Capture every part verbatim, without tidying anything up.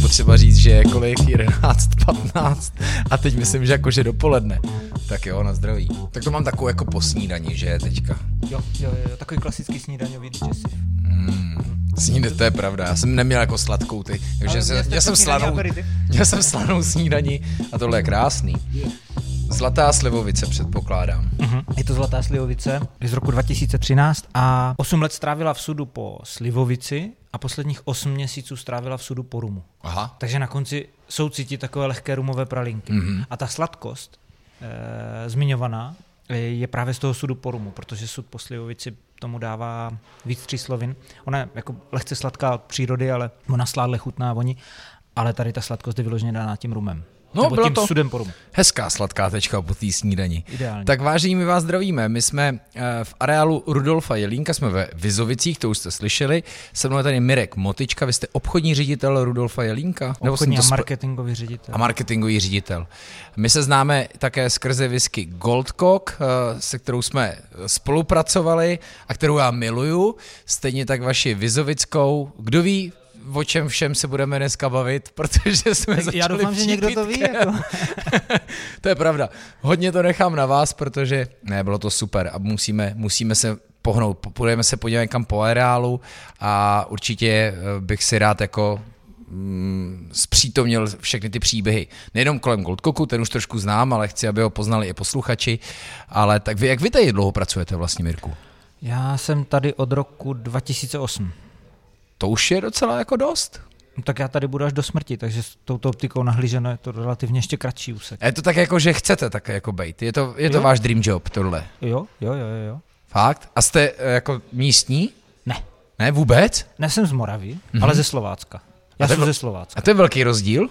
potřeba říct, že je kolik jedenáct patnáct a teď myslím, že jakože dopoledne. Tak jo, na zdraví. Tak to mám takovou jako po snídani, že teďka. Jo, jo, jo, takový klasický snídaňový digestiv. Hmm. Sníde, to je pravda, já jsem neměl jako sladkou ty, takže se, já jsem slanou, já jsem slanou snídani a tohle je krásný. Zlatá slivovice předpokládám. Uh-huh. Je to Zlatá slivovice, je z roku dva tisíce třináct a osm let strávila v sudu po slivovici a posledních osm měsíců strávila v sudu po rumu. Aha. Takže na konci jsou cítit takové lehké rumové pralinky. Uh-huh. A ta sladkost e, zmiňovaná je právě z toho sudu po rumu, protože sud po slivovici tomu dává víc tříslovin. Ona je jako lehce sladká od přírody, ale ona sládle chutná voní, ale tady ta sladkost je vyloženě daná tím rumem. No, bylo to sudem po rumu. Hezká sladká tečka po té snídani. Ideálně. Tak vážení, my vás zdravíme. My jsme v areálu Rudolfa Jelínka, jsme ve Vizovicích, to už jste slyšeli. Se mnou je tady Mirek Motyčka, vy jste obchodní ředitel Rudolfa Jelínka? Obchodní a marketingový ředitel. A marketingový ředitel. My se známe také skrze whisky Goldcock, se kterou jsme spolupracovali a kterou já miluju. Stejně tak vaši Vizovickou. Kdo ví, o čem všem se budeme dneska bavit, protože jsme začali Já doufám, že někdo to ví. Jako. To je pravda. Hodně to nechám na vás, protože ne, bylo to super a musíme, musíme se pohnout. Půjdeme se podívat někam po areálu a určitě bych si rád jako mm, zpřítomnil všechny ty příběhy. Nejenom kolem Goldcocku, ten už trošku znám, ale chci, aby ho poznali i posluchači. Ale tak vy, jak vy tady dlouho pracujete vlastně, Mirku? Já jsem tady od roku dva tisíce osm. To už je docela jako dost. No, tak já tady budu až do smrti, takže s touto optikou nahlíženo je to relativně ještě kratší úsek. Je to tak jako, že chcete také jako bejt. Je to, je to váš dream job, tohle. Jo, jo, jo, jo. Fakt? A jste jako místní? Ne. Ne, vůbec? Ne, jsem z Moravy, mm-hmm. ale ze Slovácka. Já jsem ze Slovácka. A to je velký rozdíl?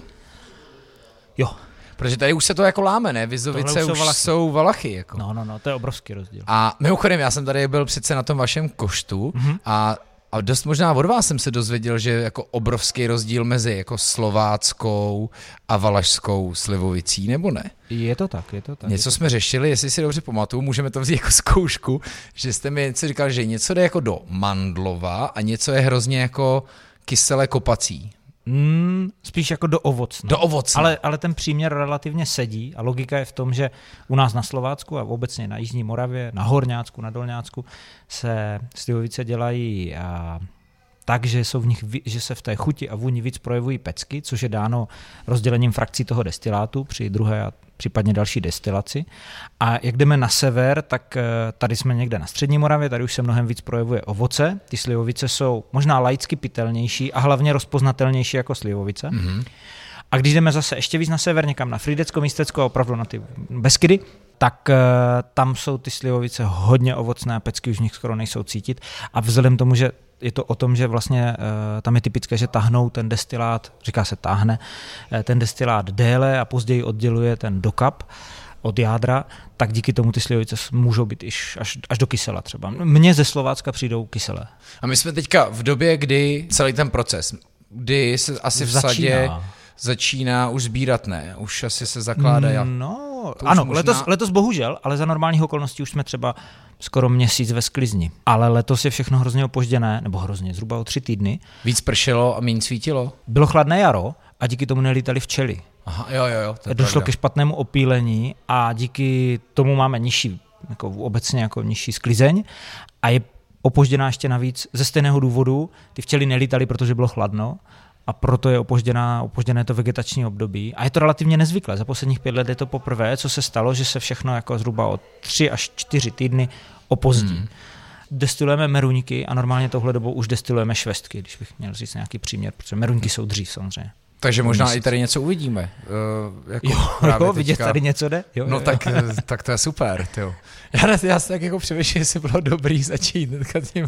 Jo. Protože tady už se to jako láme, ne? Vizovice už, už valachy. jsou valachy. Jako. No, no, no, to je obrovský rozdíl. A mimochodem, já jsem tady byl přece na tom vašem koštu mm-hmm. a A dost možná od vás jsem se dozvěděl, že jako obrovský rozdíl mezi jako slováckou a valašskou slivovicí, nebo ne? Je to tak, je to tak. Něco jsme řešili, jestli si dobře pamatuju, můžeme to vzít jako zkoušku, že jste mi něco říkal, že něco jde jako do mandlova a něco je hrozně jako kyselé kopací. Mm, spíš jako do ovocna. Do ovocna. Ale, ale ten příměr relativně sedí a logika je v tom, že u nás na Slovácku a obecně na Jižní Moravě, na Horňácku, na Dolňácku se slivovice dělají a, tak, že, jsou v nich, že se v té chuti a vůni víc projevují pecky, což je dáno rozdělením frakcí toho destilátu při druhé a případně další destilaci. A jak jdeme na sever, tak tady jsme někde na Střední Moravě, tady už se mnohem víc projevuje ovoce. Ty slivovice jsou možná laicky pitelnější a hlavně rozpoznatelnější jako slivovice. Mm-hmm. A když jdeme zase ještě víc na sever, někam na Frýdecko, Místecko a opravdu na ty Beskydy, tak uh, tam jsou ty slivovice hodně ovocné a pecky už v nich skoro nejsou cítit. A vzhledem tomu, že je to o tom, že vlastně uh, tam je typické, že tahnou ten destilát, říká se táhne, uh, ten destilát déle a později odděluje ten dokap od jádra, tak díky tomu ty slivovice můžou být iš, až, až do kysela třeba. Mně ze Slovácka přijdou kyselé. A my jsme teďka v době, kdy celý ten proces, kdy se asi v Začíná. sadě začíná už sbírat, ne? Už asi se zakládají. No, ano, možná... letos, letos bohužel, ale za normálních okolností už jsme třeba skoro měsíc ve sklizni. Ale letos je všechno hrozně opožděné, nebo hrozně, zhruba o tři týdny. Víc pršelo a méně svítilo? Bylo chladné jaro a díky tomu nelítali včely. Aha, jo, jo, jo. To je Došlo pravda. ke špatnému opílení a díky tomu máme nižší, jako obecně jako nižší sklizeň a je opožděná ještě navíc ze stejného důvodu. Ty včely nelítaly, protože bylo chladno. A proto je opožděná, opožděné to vegetační období. A je to relativně nezvyklé. Za posledních pět let je to poprvé, co se stalo, že se všechno jako zhruba o tři až čtyři týdny opozdí. Hmm. Destilujeme meruňky a normálně touhle dobou už destilujeme švestky, když bych měl říct nějaký příměr, protože meruňky jsou dřív samozřejmě. Takže možná měsíc. I tady něco uvidíme. Uh, jako jo, jo vidět tady něco jde? Jo, no jo, tak, tak to je super. Tyjo. Já, já si tak jako přemýšlím, jestli bylo dobrý začít tím. Uh,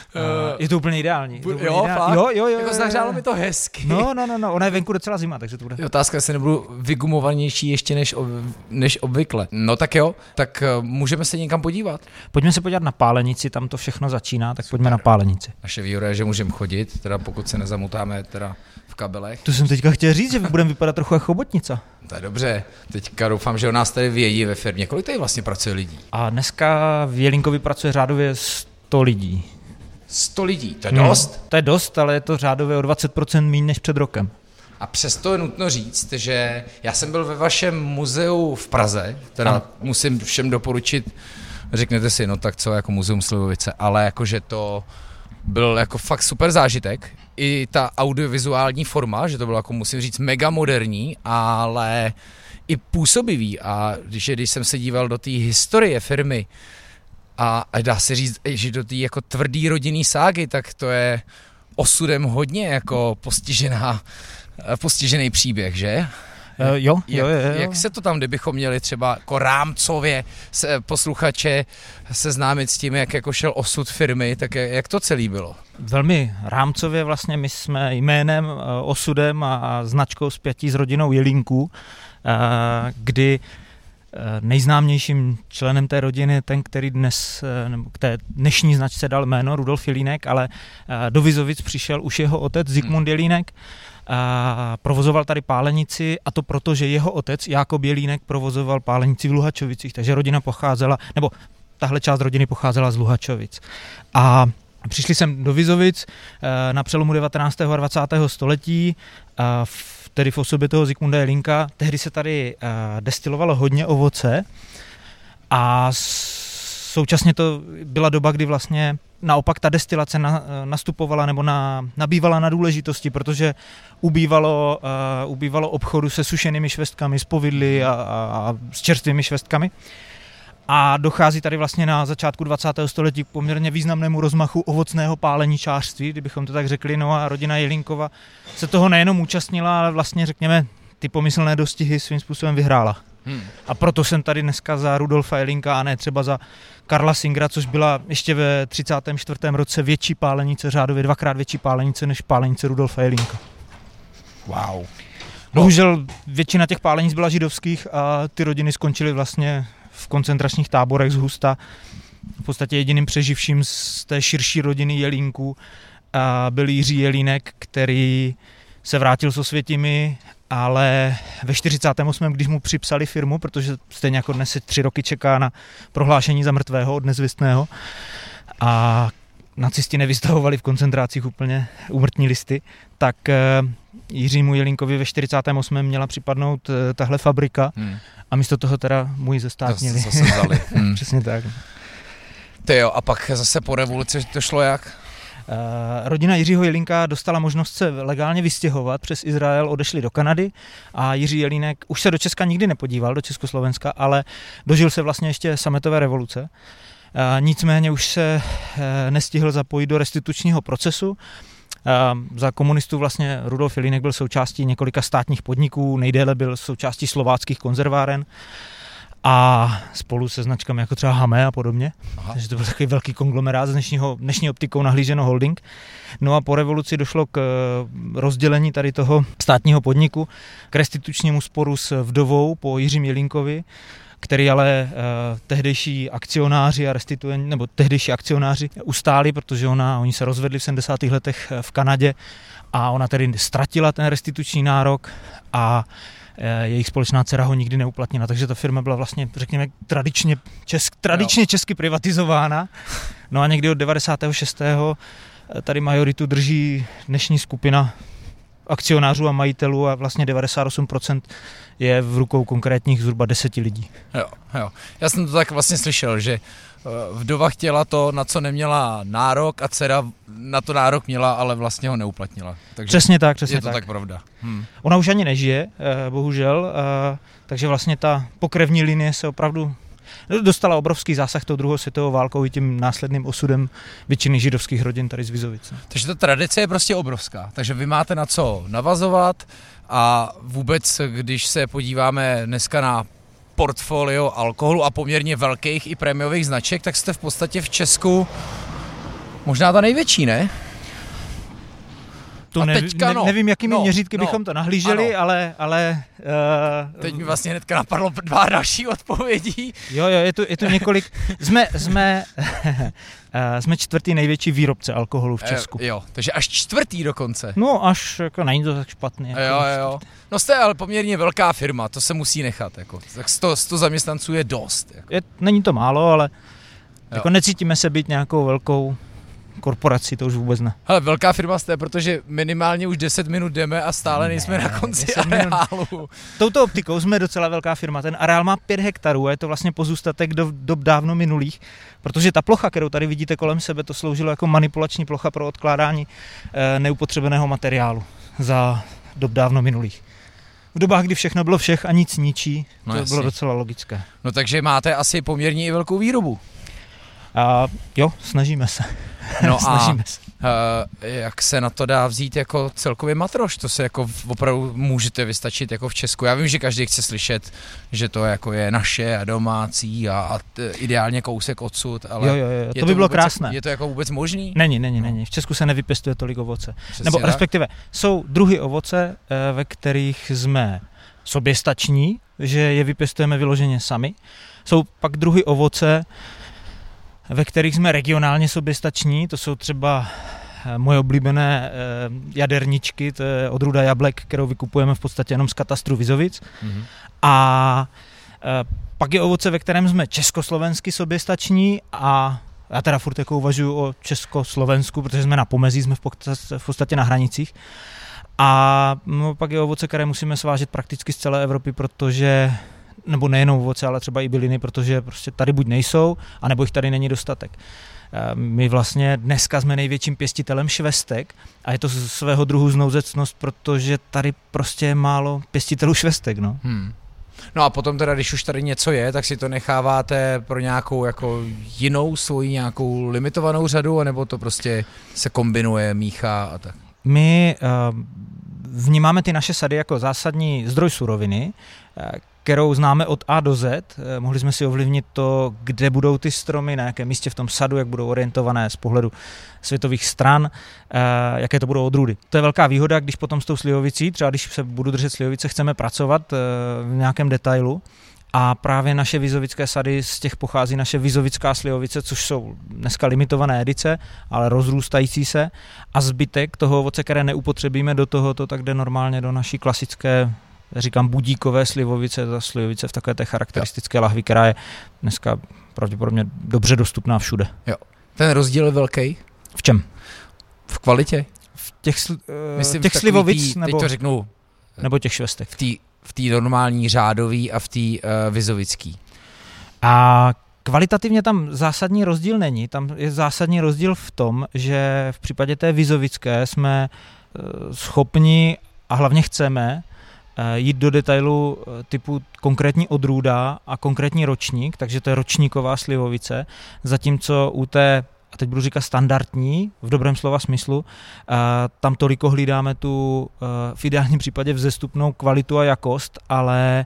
je to úplně ideální. To úplně jo, ideální. fakt? Jo, jo, jo. Jako zahřálo mi to hezky. No, no, no, no, ona je venku docela zima, takže to bude. Otázka, jestli nebudu vygumovanější ještě než, než obvykle. No tak jo, tak uh, můžeme se někam podívat. Pojďme se podívat na Pálenici, tam to všechno začíná, tak super. Pojďme na Pálenici. Naše výhoda je, že můžeme chodit, teda pokud se nezamotáme teda v kabelech. To jsem teďka chtěl říct, že budeme vypadat trochu jako chobotnica. To je dobře. Teďka doufám, že o nás tady vědí ve firmě. Kolik tady vlastně pracuje lidí? A dneska v Jelínkovi pracuje řádově sto lidí. sto lidí, to je dost? Hmm, to je dost, ale je to řádově o dvacet procent méně než před rokem. A přesto je nutno říct, že já jsem byl ve vašem muzeu v Praze, teda ano. Musím všem doporučit, řeknete si, no tak co, jako muzeum Slivovice, ale jakože to byl jako fakt super zážitek. I ta audiovizuální forma, že to bylo jako musím říct mega moderní, ale i působivý. A když, když jsem se díval do té historie firmy a, a dá se říct, že do té jako tvrdý rodinný ságy, tak to je osudem hodně jako postižená, postižený příběh, že? Uh, jo, jak, jo, jo, jo. Jak se to tam, kdybychom měli třeba jako rámcově se, posluchače seznámit s tím, jak jako šel osud firmy, tak jak to celý bylo? Velmi rámcově vlastně my jsme jménem, osudem a značkou spjatí s rodinou Jelínků, kdy nejznámějším členem té rodiny je ten, který dnes, nebo k té dnešní značce dal jméno Rudolf Jelínek, ale do Vizovic přišel už jeho otec Zikmund Jelínek, a provozoval tady pálenici, a to proto, že jeho otec Jákob Jelínek provozoval pálenici v Luhačovicích, takže rodina pocházela, nebo tahle část rodiny pocházela z Luhačovic. A přišli jsem do Vizovic na přelomu devatenáctého a dvacátého století, tedy v osobě toho Zikmunda Jelínka. Tehdy se tady destilovalo hodně ovoce a současně to byla doba, kdy vlastně naopak ta destilace na, nastupovala nebo na, nabývala na důležitosti, protože ubývalo, uh, ubývalo obchodu se sušenými švestkami, s povidly a, a, a s čerstvými švestkami. A dochází tady vlastně na začátku dvacátého století k poměrně významnému rozmachu ovocného páleničářství, kdybychom to tak řekli. No a rodina Jelínkova se toho nejenom účastnila, ale vlastně řekněme ty pomyslné dostihy svým způsobem vyhrála. Hmm. A proto jsem tady dneska za Rudolfa Jelínka a ne třeba za Karla Singera, což byla ještě ve třicátém čtvrtém roce větší pálenice, řádově dvakrát větší pálenice než pálenice Rudolfa Jelínka. Wow. Bohužel většina těch pálenic byla židovských a ty rodiny skončily vlastně v koncentračních táborech z Husta. V podstatě jediným přeživším z té širší rodiny Jelínků byl Jiří Jelínek, který se vrátil s Osvětimi, ale ve čtyřicátém osmém když mu připsali firmu, protože stejně jako dnes se tři roky čeká na prohlášení za mrtvého od nezvěstného a nacisti nevystavovali v koncentrácích úplně úmrtní listy, tak Jiřímu Jelínkovi ve čtyřicátém osmém měla připadnout tahle fabrika hmm. a místo toho teda mu ji zestátnili. Zase vzali. Hmm. Přesně tak. Ty jo, a pak zase po revoluci to šlo jak? Uh, rodina Jiřího Jelínka dostala možnost se legálně vystěhovat přes Izrael, odešli do Kanady a Jiří Jelínek už se do Česka nikdy nepodíval, do Československa, ale dožil se vlastně ještě sametové revoluce. Uh, nicméně už se uh, nestihl zapojit do restitučního procesu. Uh, za komunistů vlastně Rudolf Jelínek byl součástí několika státních podniků, nejdéle byl součástí slováckých konzerváren a spolu se značkami jako třeba Hamé a podobně. Aha. Takže to byl takový velký konglomerát z dnešního, dnešní optikou nahlíženo holding. No a po revoluci došlo k rozdělení tady toho státního podniku, k restitučnímu sporu s vdovou po Jiřím Jelínkovi, který ale eh, tehdejší akcionáři a restituenti, nebo tehdejší akcionáři ustáli, protože ona, oni se rozvedli v sedmdesátých letech v Kanadě a ona tedy ztratila ten restituční nárok a jejich společná dcera ho nikdy neuplatnila, takže ta firma byla vlastně, řekněme, tradičně, česk, tradičně česky privatizována. No a někdy od devadesátého šestého tady majoritu drží dnešní skupina akcionářů a majitelů a vlastně devadesát osm procent je v rukou konkrétních zhruba deseti lidí. Jo, jo. Já jsem to tak vlastně slyšel, že vdova chtěla to, na co neměla nárok a dcera na to nárok měla, ale vlastně ho neuplatnila. Takže přesně tak, přesně je to tak. tak pravda. Hm. Ona už ani nežije, bohužel, takže vlastně ta pokrevní linie se opravdu dostala obrovský zásah tou druhou světovou válkou i tím následným osudem většiny židovských rodin tady z Vizovic. Takže ta tradice je prostě obrovská, takže vy máte na co navazovat a vůbec, když se podíváme dneska na portfolio alkoholu a poměrně velkých i prémiových značek, tak jste v podstatě v Česku možná ta největší, ne? To ne, teďka, no, nevím, jakými no, měřítky no, bychom to nahlíželi, ano. ale... ale uh, Teď mi vlastně hnedka napadlo dva další odpovědí. Jo, jo, je tu, je tu několik... Jsme, jsme, uh, jsme čtvrtý největší výrobce alkoholu v Česku. E, jo, takže až čtvrtý dokonce. No, až, jako není to tak špatný. Jako jo, jo. No jste ale poměrně velká firma, to se musí nechat. Jako. Tak sto, sto zaměstnanců je dost. Jako. Je, není to málo, ale jako necítíme se být nějakou velkou korporaci, to už vůbec ne. Hele, velká firma jste, protože minimálně už deset minut jdeme a stále ne, nejsme na konci areálu. Touto optikou jsme docela velká firma. Ten areál má pět hektarů a je to vlastně pozůstatek do dob dávno minulých, protože ta plocha, kterou tady vidíte kolem sebe, to sloužilo jako manipulační plocha pro odkládání e, neupotřebeného materiálu za dob dávno minulých. V dobách, kdy všechno bylo všech a nic ničí, to no bylo docela logické. No takže máte asi poměrně i velkou výrobu. A jo, snažíme se. No snažíme a se. Uh, jak se na to dá vzít jako celkově matroš? To se jako opravdu můžete vystačit jako v Česku. Já vím, že každý chce slyšet, že to jako je naše a domácí a, a t, ideálně kousek odsud, ale jo, jo, jo. To, to by bylo vůbec, krásné. Je to jako vůbec možný? Není, není, není. V Česku se nevypěstuje tolik ovoce. Přesně Nebo tak? respektive jsou druhy ovoce, ve kterých jsme soběstační, že je vypěstujeme vyloženě sami. Jsou pak druhy ovoce, ve kterých jsme regionálně soběstační, to jsou třeba moje oblíbené jaderničky, to je odrůda jablek, kterou vykupujeme v podstatě jenom z katastru Vizovic. Mm-hmm. A pak je ovoce, ve kterém jsme československy soběstační a já teda furt jako uvažuji o Československu, protože jsme na pomezí, jsme v podstatě na hranicích. A no, pak je ovoce, které musíme svážet prakticky z celé Evropy, protože nebo nejenom ovoce, ale třeba i byliny, protože prostě tady buď nejsou, anebo jich tady není dostatek. My vlastně dneska jsme největším pěstitelem švestek a je to svého druhu znouzecnost, protože tady prostě je málo pěstitelů švestek. No. Hmm. No a potom teda, když už tady něco je, tak si to necháváte pro nějakou jako jinou svoji nějakou limitovanou řadu, anebo to prostě se kombinuje, míchá a tak? My uh, vnímáme ty naše sady jako zásadní zdroj suroviny, uh, kterou známe od A do Z. Mohli jsme si ovlivnit to, kde budou ty stromy, na jakém místě v tom sadu, jak budou orientované z pohledu světových stran, jaké to budou odrůdy. To je velká výhoda, když potom s tou slivovicí, třeba když se budu držet slivovice, chceme pracovat v nějakém detailu. A právě naše vizovické sady, z těch pochází naše vizovická slivovice, což jsou dneska limitované edice, ale rozrůstající se. A zbytek toho ovoce, které neupotřebíme do tohoto, tak jde normálně do naší klasické, říkám, budíkové slivovice, ta slivovice v takové té charakteristické lahvi, která je dneska pravděpodobně dobře dostupná všude. Jo. Ten rozdíl je velký? V čem? V kvalitě? V těch, sli, Myslím, těch slivovic? Tý, nebo, teď to řeknu. Nebo těch švestek? V té v té normální řádový a v té uh, vizovický. A kvalitativně tam zásadní rozdíl není. Tam je zásadní rozdíl v tom, že v případě té vizovické jsme uh, schopni a hlavně chceme uh, jít do detailu uh, typu konkrétní odrůda a konkrétní ročník, takže to je ročníková slivovice, zatímco u té, a teď budu říkat standardní, v dobrém slova smyslu, tam toliko hlídáme tu v ideálním případě vzestupnou kvalitu a jakost, ale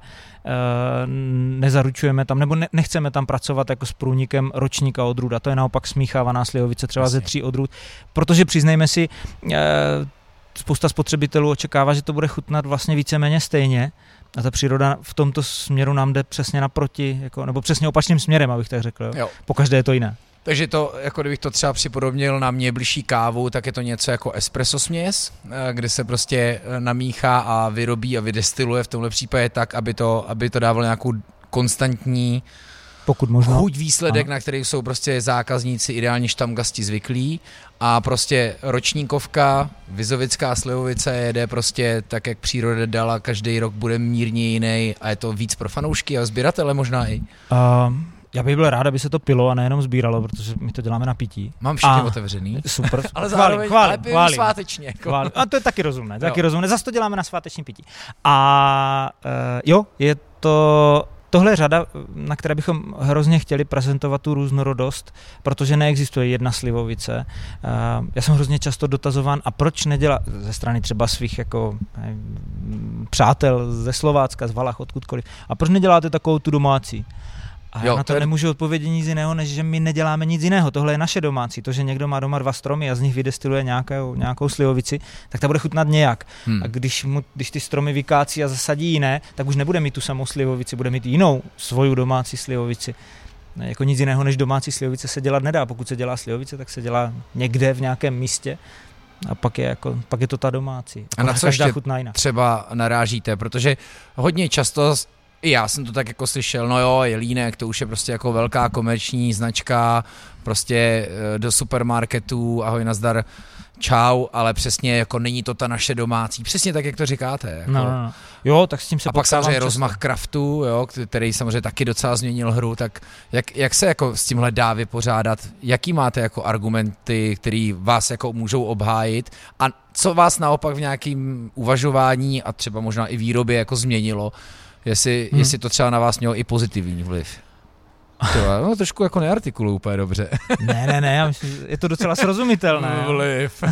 nezaručujeme tam, nebo nechceme tam pracovat jako s průnikem ročníka odrůda. To je naopak smíchávaná slivovice třeba Jasně. ze tří odrůd, protože přiznejme si, spousta spotřebitelů očekává, že to bude chutnat vlastně víceméně stejně, a ta příroda v tomto směru nám jde přesně naproti, jako, nebo přesně opačným směrem, abych tak řekl. Jo. Pokaždé je to jiné. Takže to, jako kdybych to třeba připodobnil na mě bližší kávu, tak je to něco jako espresso směs, kde se prostě namíchá a vyrobí a vydestiluje v tomhle případě tak, aby to, aby to dávalo nějakou konstantní pokud možno chuť výsledek, ano. Na který jsou prostě zákazníci ideálně štamgasti zvyklí a prostě ročníkovka, vizovická slivovice jede prostě tak, jak příroda dala, každý rok bude mírně jiný a je to víc pro fanoušky a sběratele možná i. Uh... Já bych byl rád, aby se to pilo a nejenom sbíralo, protože my to děláme na pití. Mám všechny a otevřený. Super. Ale zároveň chválím, chválím, svátečně. Jako. Chválím. A to je taky rozumné, to je taky rozumné. Zas to děláme na sváteční pití. A uh, jo, je to... Tohle je řada, na které bychom hrozně chtěli prezentovat tu různorodost, protože neexistuje jedna slivovice. Uh, já jsem hrozně často dotazován, a proč nedělat ze strany třeba svých jako nevím, přátel ze Slovácka, z Valach, odkudkoliv, a proč neděláte takovou tu domácí? A jo, já na to, to je... nemůžu odpovědět nic jiného, než že my neděláme nic jiného. Tohle je naše domácí. To, že někdo má doma dva stromy a z nich vydestiluje nějakou, nějakou slivovici, tak ta bude chutnat nějak. Hmm. A když, mu, když ty stromy vykácí a zasadí jiné, tak už nebude mít tu samou slivovici, bude mít jinou svoju domácí slivovici. Jako nic jiného než domácí slivovice se dělat nedá. Pokud se dělá slivovice, tak se dělá někde v nějakém místě. A pak je, jako, pak je to ta domácí. A, a na co ještě třeba narážíte? Protože hodně často I já jsem to tak jako slyšel, no jo, jelínek, to už je prostě jako velká komerční značka, prostě do supermarketů, ahoj, nazdar, čau, ale přesně jako není to ta naše domácí, přesně tak, jak to říkáte. Jako. No, no, no. Jo, tak s tím se a pak samozřejmě rozmach craftu, jo, který samozřejmě taky docela změnil hru, tak jak, jak se jako s tímhle dá vypořádat, jaký máte jako argumenty, který vás jako můžou obhájit a co vás naopak v nějakým uvažování a třeba možná i výrobě jako změnilo, jestli, hmm. jestli to třeba na vás mělo i pozitivní vliv. To, no, trošku jako neartikuluji úplně dobře. Ne, ne, ne, já myslím, je to docela srozumitelné. Vliv.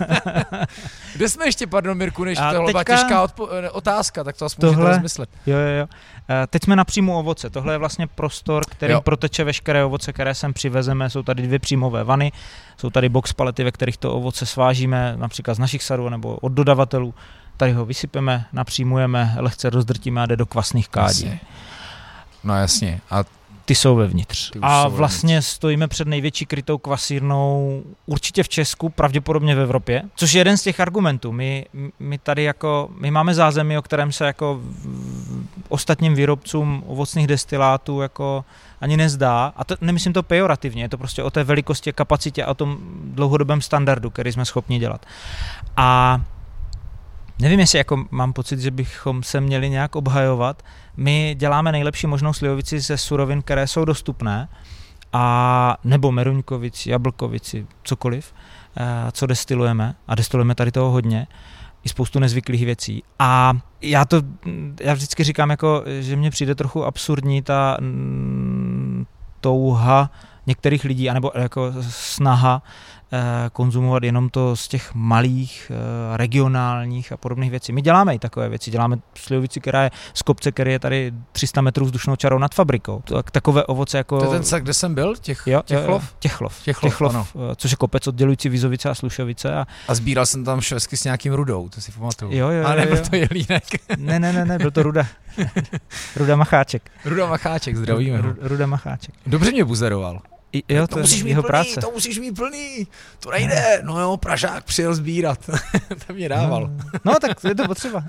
Kde jsme ještě, pardon Mirku, než a tohle teďka... byla těžká odpo- otázka, tak to aspoň tohle... můžete rozmyslet. Jo, jo, jo. Teď jsme na příjmu ovoce. Tohle je vlastně prostor, který jo. proteče veškeré ovoce, které sem přivezeme. Jsou tady dvě příjmové vany, jsou tady box palety, ve kterých to ovoce svážíme, například z našich sadů nebo od dodavatelů. Tady ho vysypeme, napříjmujeme, lehce rozdrtíme a jde do kvasných kádí. Jasně. No jasně. A ty jsou vevnitř. Ty a jsou vlastně vevnitř. Stojíme před největší krytou kvasírnou určitě v Česku, pravděpodobně v Evropě, což je jeden z těch argumentů. My, my tady jako, my máme zázemí, o kterém se jako ostatním výrobcům ovocných destilátů jako ani nezdá. A to nemyslím to pejorativně, je to prostě o té velikosti, kapacitě a o tom dlouhodobém standardu, který jsme schopni dělat. A nevím, jestli jako mám pocit, že bychom se měli nějak obhajovat. My děláme nejlepší možnou slivovici ze surovin, které jsou dostupné, a nebo meruňkovici, jablkovici, cokoliv, co destilujeme. A destilujeme tady toho hodně, i spoustu nezvyklých věcí. A já to, já vždycky říkám, jako, že mně přijde trochu absurdní ta mm, touha některých lidí, anebo jako snaha konzumovat jenom to z těch malých, regionálních a podobných věcí. My děláme i takové věci. Děláme slivovici, která je z kopce, který je tady tři sta metrů vzdušnou čarou nad fabrikou. Tak, takové ovoce jako... To je ten sak, kde jsem byl? Těch, jo, Těchlov? Těchlov. Těchlov, Těchlov ano. Což je kopec oddělující Vizovice a Slušovice. A, a sbíral jsem tam švestky s nějakým rudou, to si pamatuju. Jo, jo, a nebyl jo. to jelínek. ne, ne, ne, ne, byl to Ruda. Ruda Macháček. Ruda Macháček, zdravíme. Ru, Ruda Macháček. Dobře mě buzeroval. I, jo, to, to musíš mít jeho plný, práce. to musíš mít plný, to nejde, no jo, Pražák přijel sbírat, to mě dával. No, no tak je to potřeba.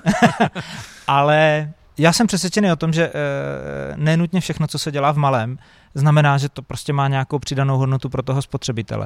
Ale já jsem přesvědčený o tom, že e, nenutně všechno, co se dělá v malém, znamená, že to prostě má nějakou přidanou hodnotu pro toho spotřebitele.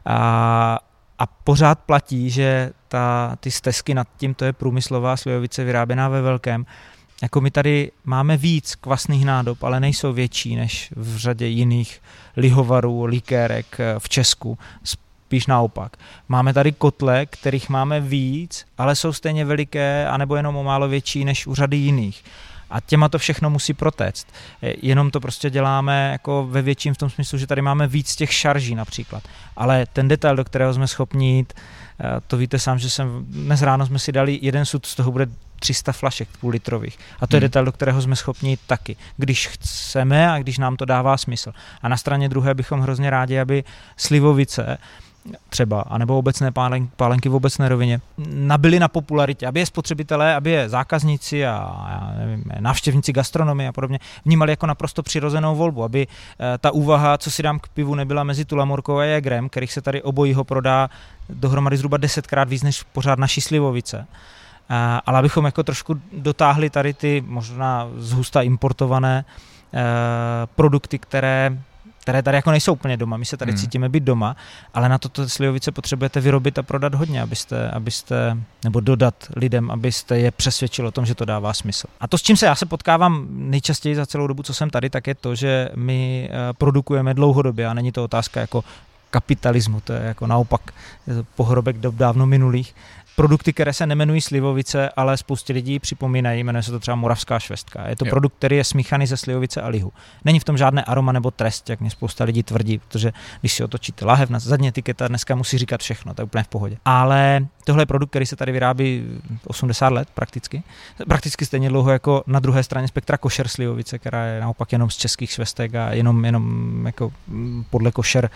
A, a pořád platí, že ta, ty stezky nad tím, to je průmyslová slivovice vyráběná ve velkém. Jako my tady máme víc kvasných nádob, ale nejsou větší než v řadě jiných lihovarů, likérek v Česku. Spíš naopak. Máme tady kotle, kterých máme víc, ale jsou stejně veliké, anebo jenom o málo větší než u řady jiných. A těma to všechno musí protéct. Jenom to prostě děláme jako ve větším v tom smyslu, že tady máme víc těch šarží například. Ale ten detail, do kterého jsme schopni jít, to víte sám, že jsem dnes ráno jsme si dali jeden sud, z toho bude tři sta flašek půl litrových. A to je hmm. detail, do kterého jsme schopni jít taky, když chceme a když nám to dává smysl. A na straně druhé bychom hrozně rádi, aby slivovice třeba, anebo obecné pálenky, pálenky v obecné rovině, nabyly na popularitě, aby je spotřebitelé, aby je zákazníci a já nevím, návštěvníci gastronomie a podobně vnímali jako naprosto přirozenou volbu, aby ta úvaha, co si dám k pivu, nebyla mezi Tulamorkou a Jägerem, kterých se tady obojího prodá dohromady zhruba desetkrát víc než pořád naší slivovice. Ale abychom jako trošku dotáhli tady ty možná zhusta importované produkty, které které tady jako nejsou úplně doma, my se tady hmm. cítíme být doma, ale na toto slivovice potřebujete vyrobit a prodat hodně, abyste, abyste, nebo dodat lidem, abyste je přesvědčili o tom, že to dává smysl. A to, s čím se já se potkávám nejčastěji za celou dobu, co jsem tady, tak je to, že my produkujeme dlouhodobě a není to otázka jako kapitalismu, to je jako naopak je to pohrobek dob dávno minulých. Produkty, které se nemenují slivovice, ale spoustě lidí připomínají, jmenuje se to třeba moravská švestka. Je to jo. produkt, který je smíchaný ze slivovice a lihu. Není v tom žádné aroma nebo trest, jak mě spousta lidí tvrdí, protože když si otočíte lahev na zadní etiketa, dneska musí říkat všechno, to je úplně v pohodě. Ale tohle je produkt, který se tady vyrábí osmdesát let prakticky. Prakticky stejně dlouho jako na druhé straně spektra košer slivovice, která je naopak jenom z českých švestek a jenom, jenom jako podle košer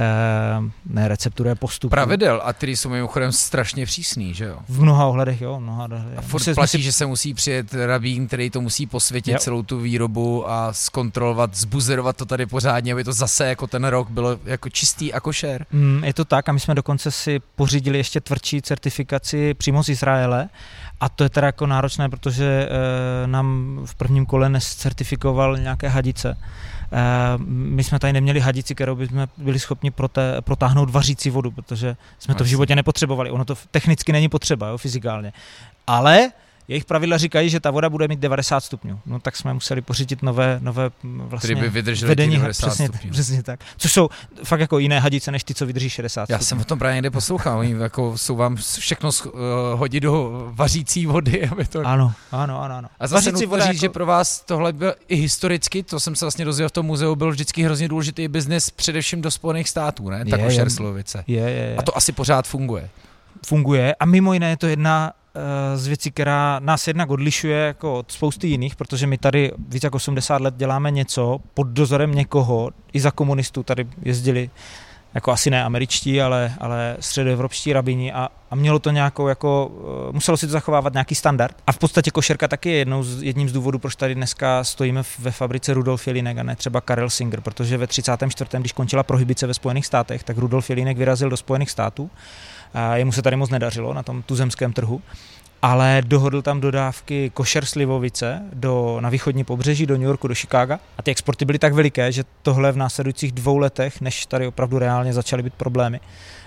ne receptury, postupů. Pravidel, a který jsou mimochodem strašně přísný. Že jo? V mnoha ohledech, jo. Mnoha ohledech. A furt platí, si... že se musí přijet rabín, který to musí posvětit jo. celou tu výrobu a zkontrolovat, zbuzerovat to tady pořádně, aby to zase jako ten rok bylo jako čistý a košer. Mm, je to tak a my jsme dokonce si pořídili ještě tvrdší certifikaci přímo z Izraele A to je teda jako náročné, protože e, nám v prvním kole nescertifikoval nějaké hadice. E, my jsme tady neměli hadici, kterou bychom byli schopni proté, protáhnout vařící vodu, protože jsme to v životě nepotřebovali. Ono to technicky není potřeba, jo, fyzikálně. Ale jejich pravidla říkají, že ta voda bude mít devadesát stupňů. No tak jsme museli pořídit nové, nové vlastně by vedení. devadesát přesně, stupňů. Přesně tak. Což jsou fakt jako jiné hadice, než ty, co vydrží šedesát Já stupňů. jsem o tom právě někde poslouchal. Oni jako jsou vám všechno uh, hodit do vařící vody, aby to... Ano, ano, ano. ano. A zase Vařící nutno voda říct, jako... že pro vás tohle byl i historicky, to jsem se vlastně dozvěděl v tom muzeu, byl vždycky hrozně důležitý biznis především do Spojených států, ne? Ta košer Slivovice. Je, je, je. A to asi pořád funguje. Funguje a mimo jiné je to jedna z věcí, která nás jednak odlišuje jako od spousty jiných, protože my tady víc jak osmdesát let děláme něco pod dozorem někoho, i za komunistů tady jezdili, jako asi ne američtí, ale, ale středoevropští rabini a, a mělo to nějakou, jako, muselo si to zachovávat nějaký standard. A v podstatě košerka taky je jednou z, jedním z důvodů, proč tady dneska stojíme ve fabrice Rudolf Jelínek a ne třeba Karel Singer, protože ve třicátém čtvrtém když končila prohibice ve Spojených státech, tak Rudolf Jelínek vyrazil do Spojených států. A jemu se tady moc nedařilo na tom tuzemském trhu, ale dohodl tam dodávky košer slivovice do, na východní pobřeží, do New Yorku, do Chicaga. A ty exporty byly tak veliké, že tohle v následujících dvou letech, než tady opravdu reálně začaly být problémy,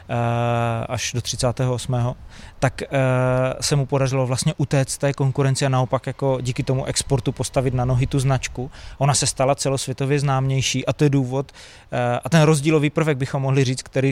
až do třicátého osmého tak se mu podařilo vlastně utéct té konkurenci a naopak jako díky tomu exportu postavit na nohy tu značku. Ona se stala celosvětově známější a to je důvod. A ten rozdílový prvek bychom mohli říct, který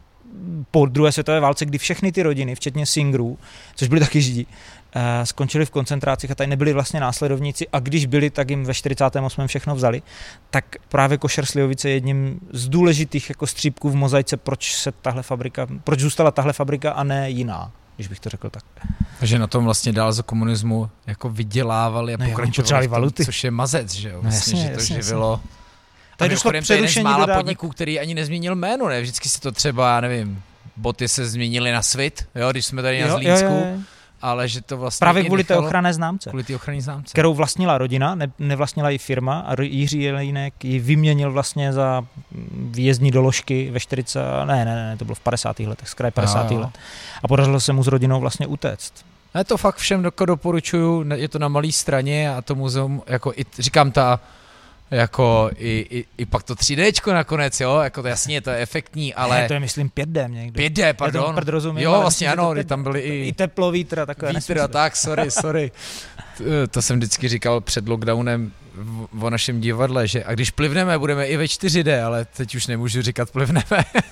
po druhé světové válce, kdy všechny ty rodiny, včetně Singerů, což byli taky Židi, skončili v koncentrácích a tady nebyli vlastně následovníci a když byli, tak jim ve čtyřicátém osmém všechno vzali, tak právě košer Slivovice je jedním z důležitých jako střípků v mozaice, proč se tahle fabrika, proč zůstala tahle fabrika a ne jiná, když bych to řekl tak. Takže na tom vlastně dál za komunismu jako vydělávali a no pokračovali v tom, což je mazec, že jo, no vlastně, jasně, že to jasně, živilo. Jasně. Tady došlo k přerušení mála dodávek. podniků, který ani nezměnil jméno, ne? Vždycky si to třeba, já nevím, boty se změnily na Svit, jo, když jsme tady jo, na Zlínsku, jo, jo. Ale že to vlastně právě kvůli té ochranné známce. Kvůli té ochranné známce. Kterou vlastnila rodina, ne, nevlastnila i firma a Jiří Jelínek ji vyměnil vlastně za výjezdní doložky ve čtyřicátých ne, ne, ne, to bylo v padesátých letech, z kraje padesátých let. A podařilo se mu s rodinou vlastně utéct. Já to fakt všem doporučuju, je to na malé straně a to muzeum, jako i, říkám ta, jako i, i, i pak to tři déčko nakonec, jo, jako to jasně, to je efektní, ale... Ne, to je myslím pět dé někdy. pět dé, pardon. Prd rozumím, jo, vlastně myslím, ano, kdy tam byly i... I teplo, vítr a takové Vítr a tak, sorry, sorry. To, to jsem vždycky říkal před lockdownem v, o našem divadle, že a když plivneme, budeme i ve čtyři dé, ale teď už nemůžu říkat plivneme.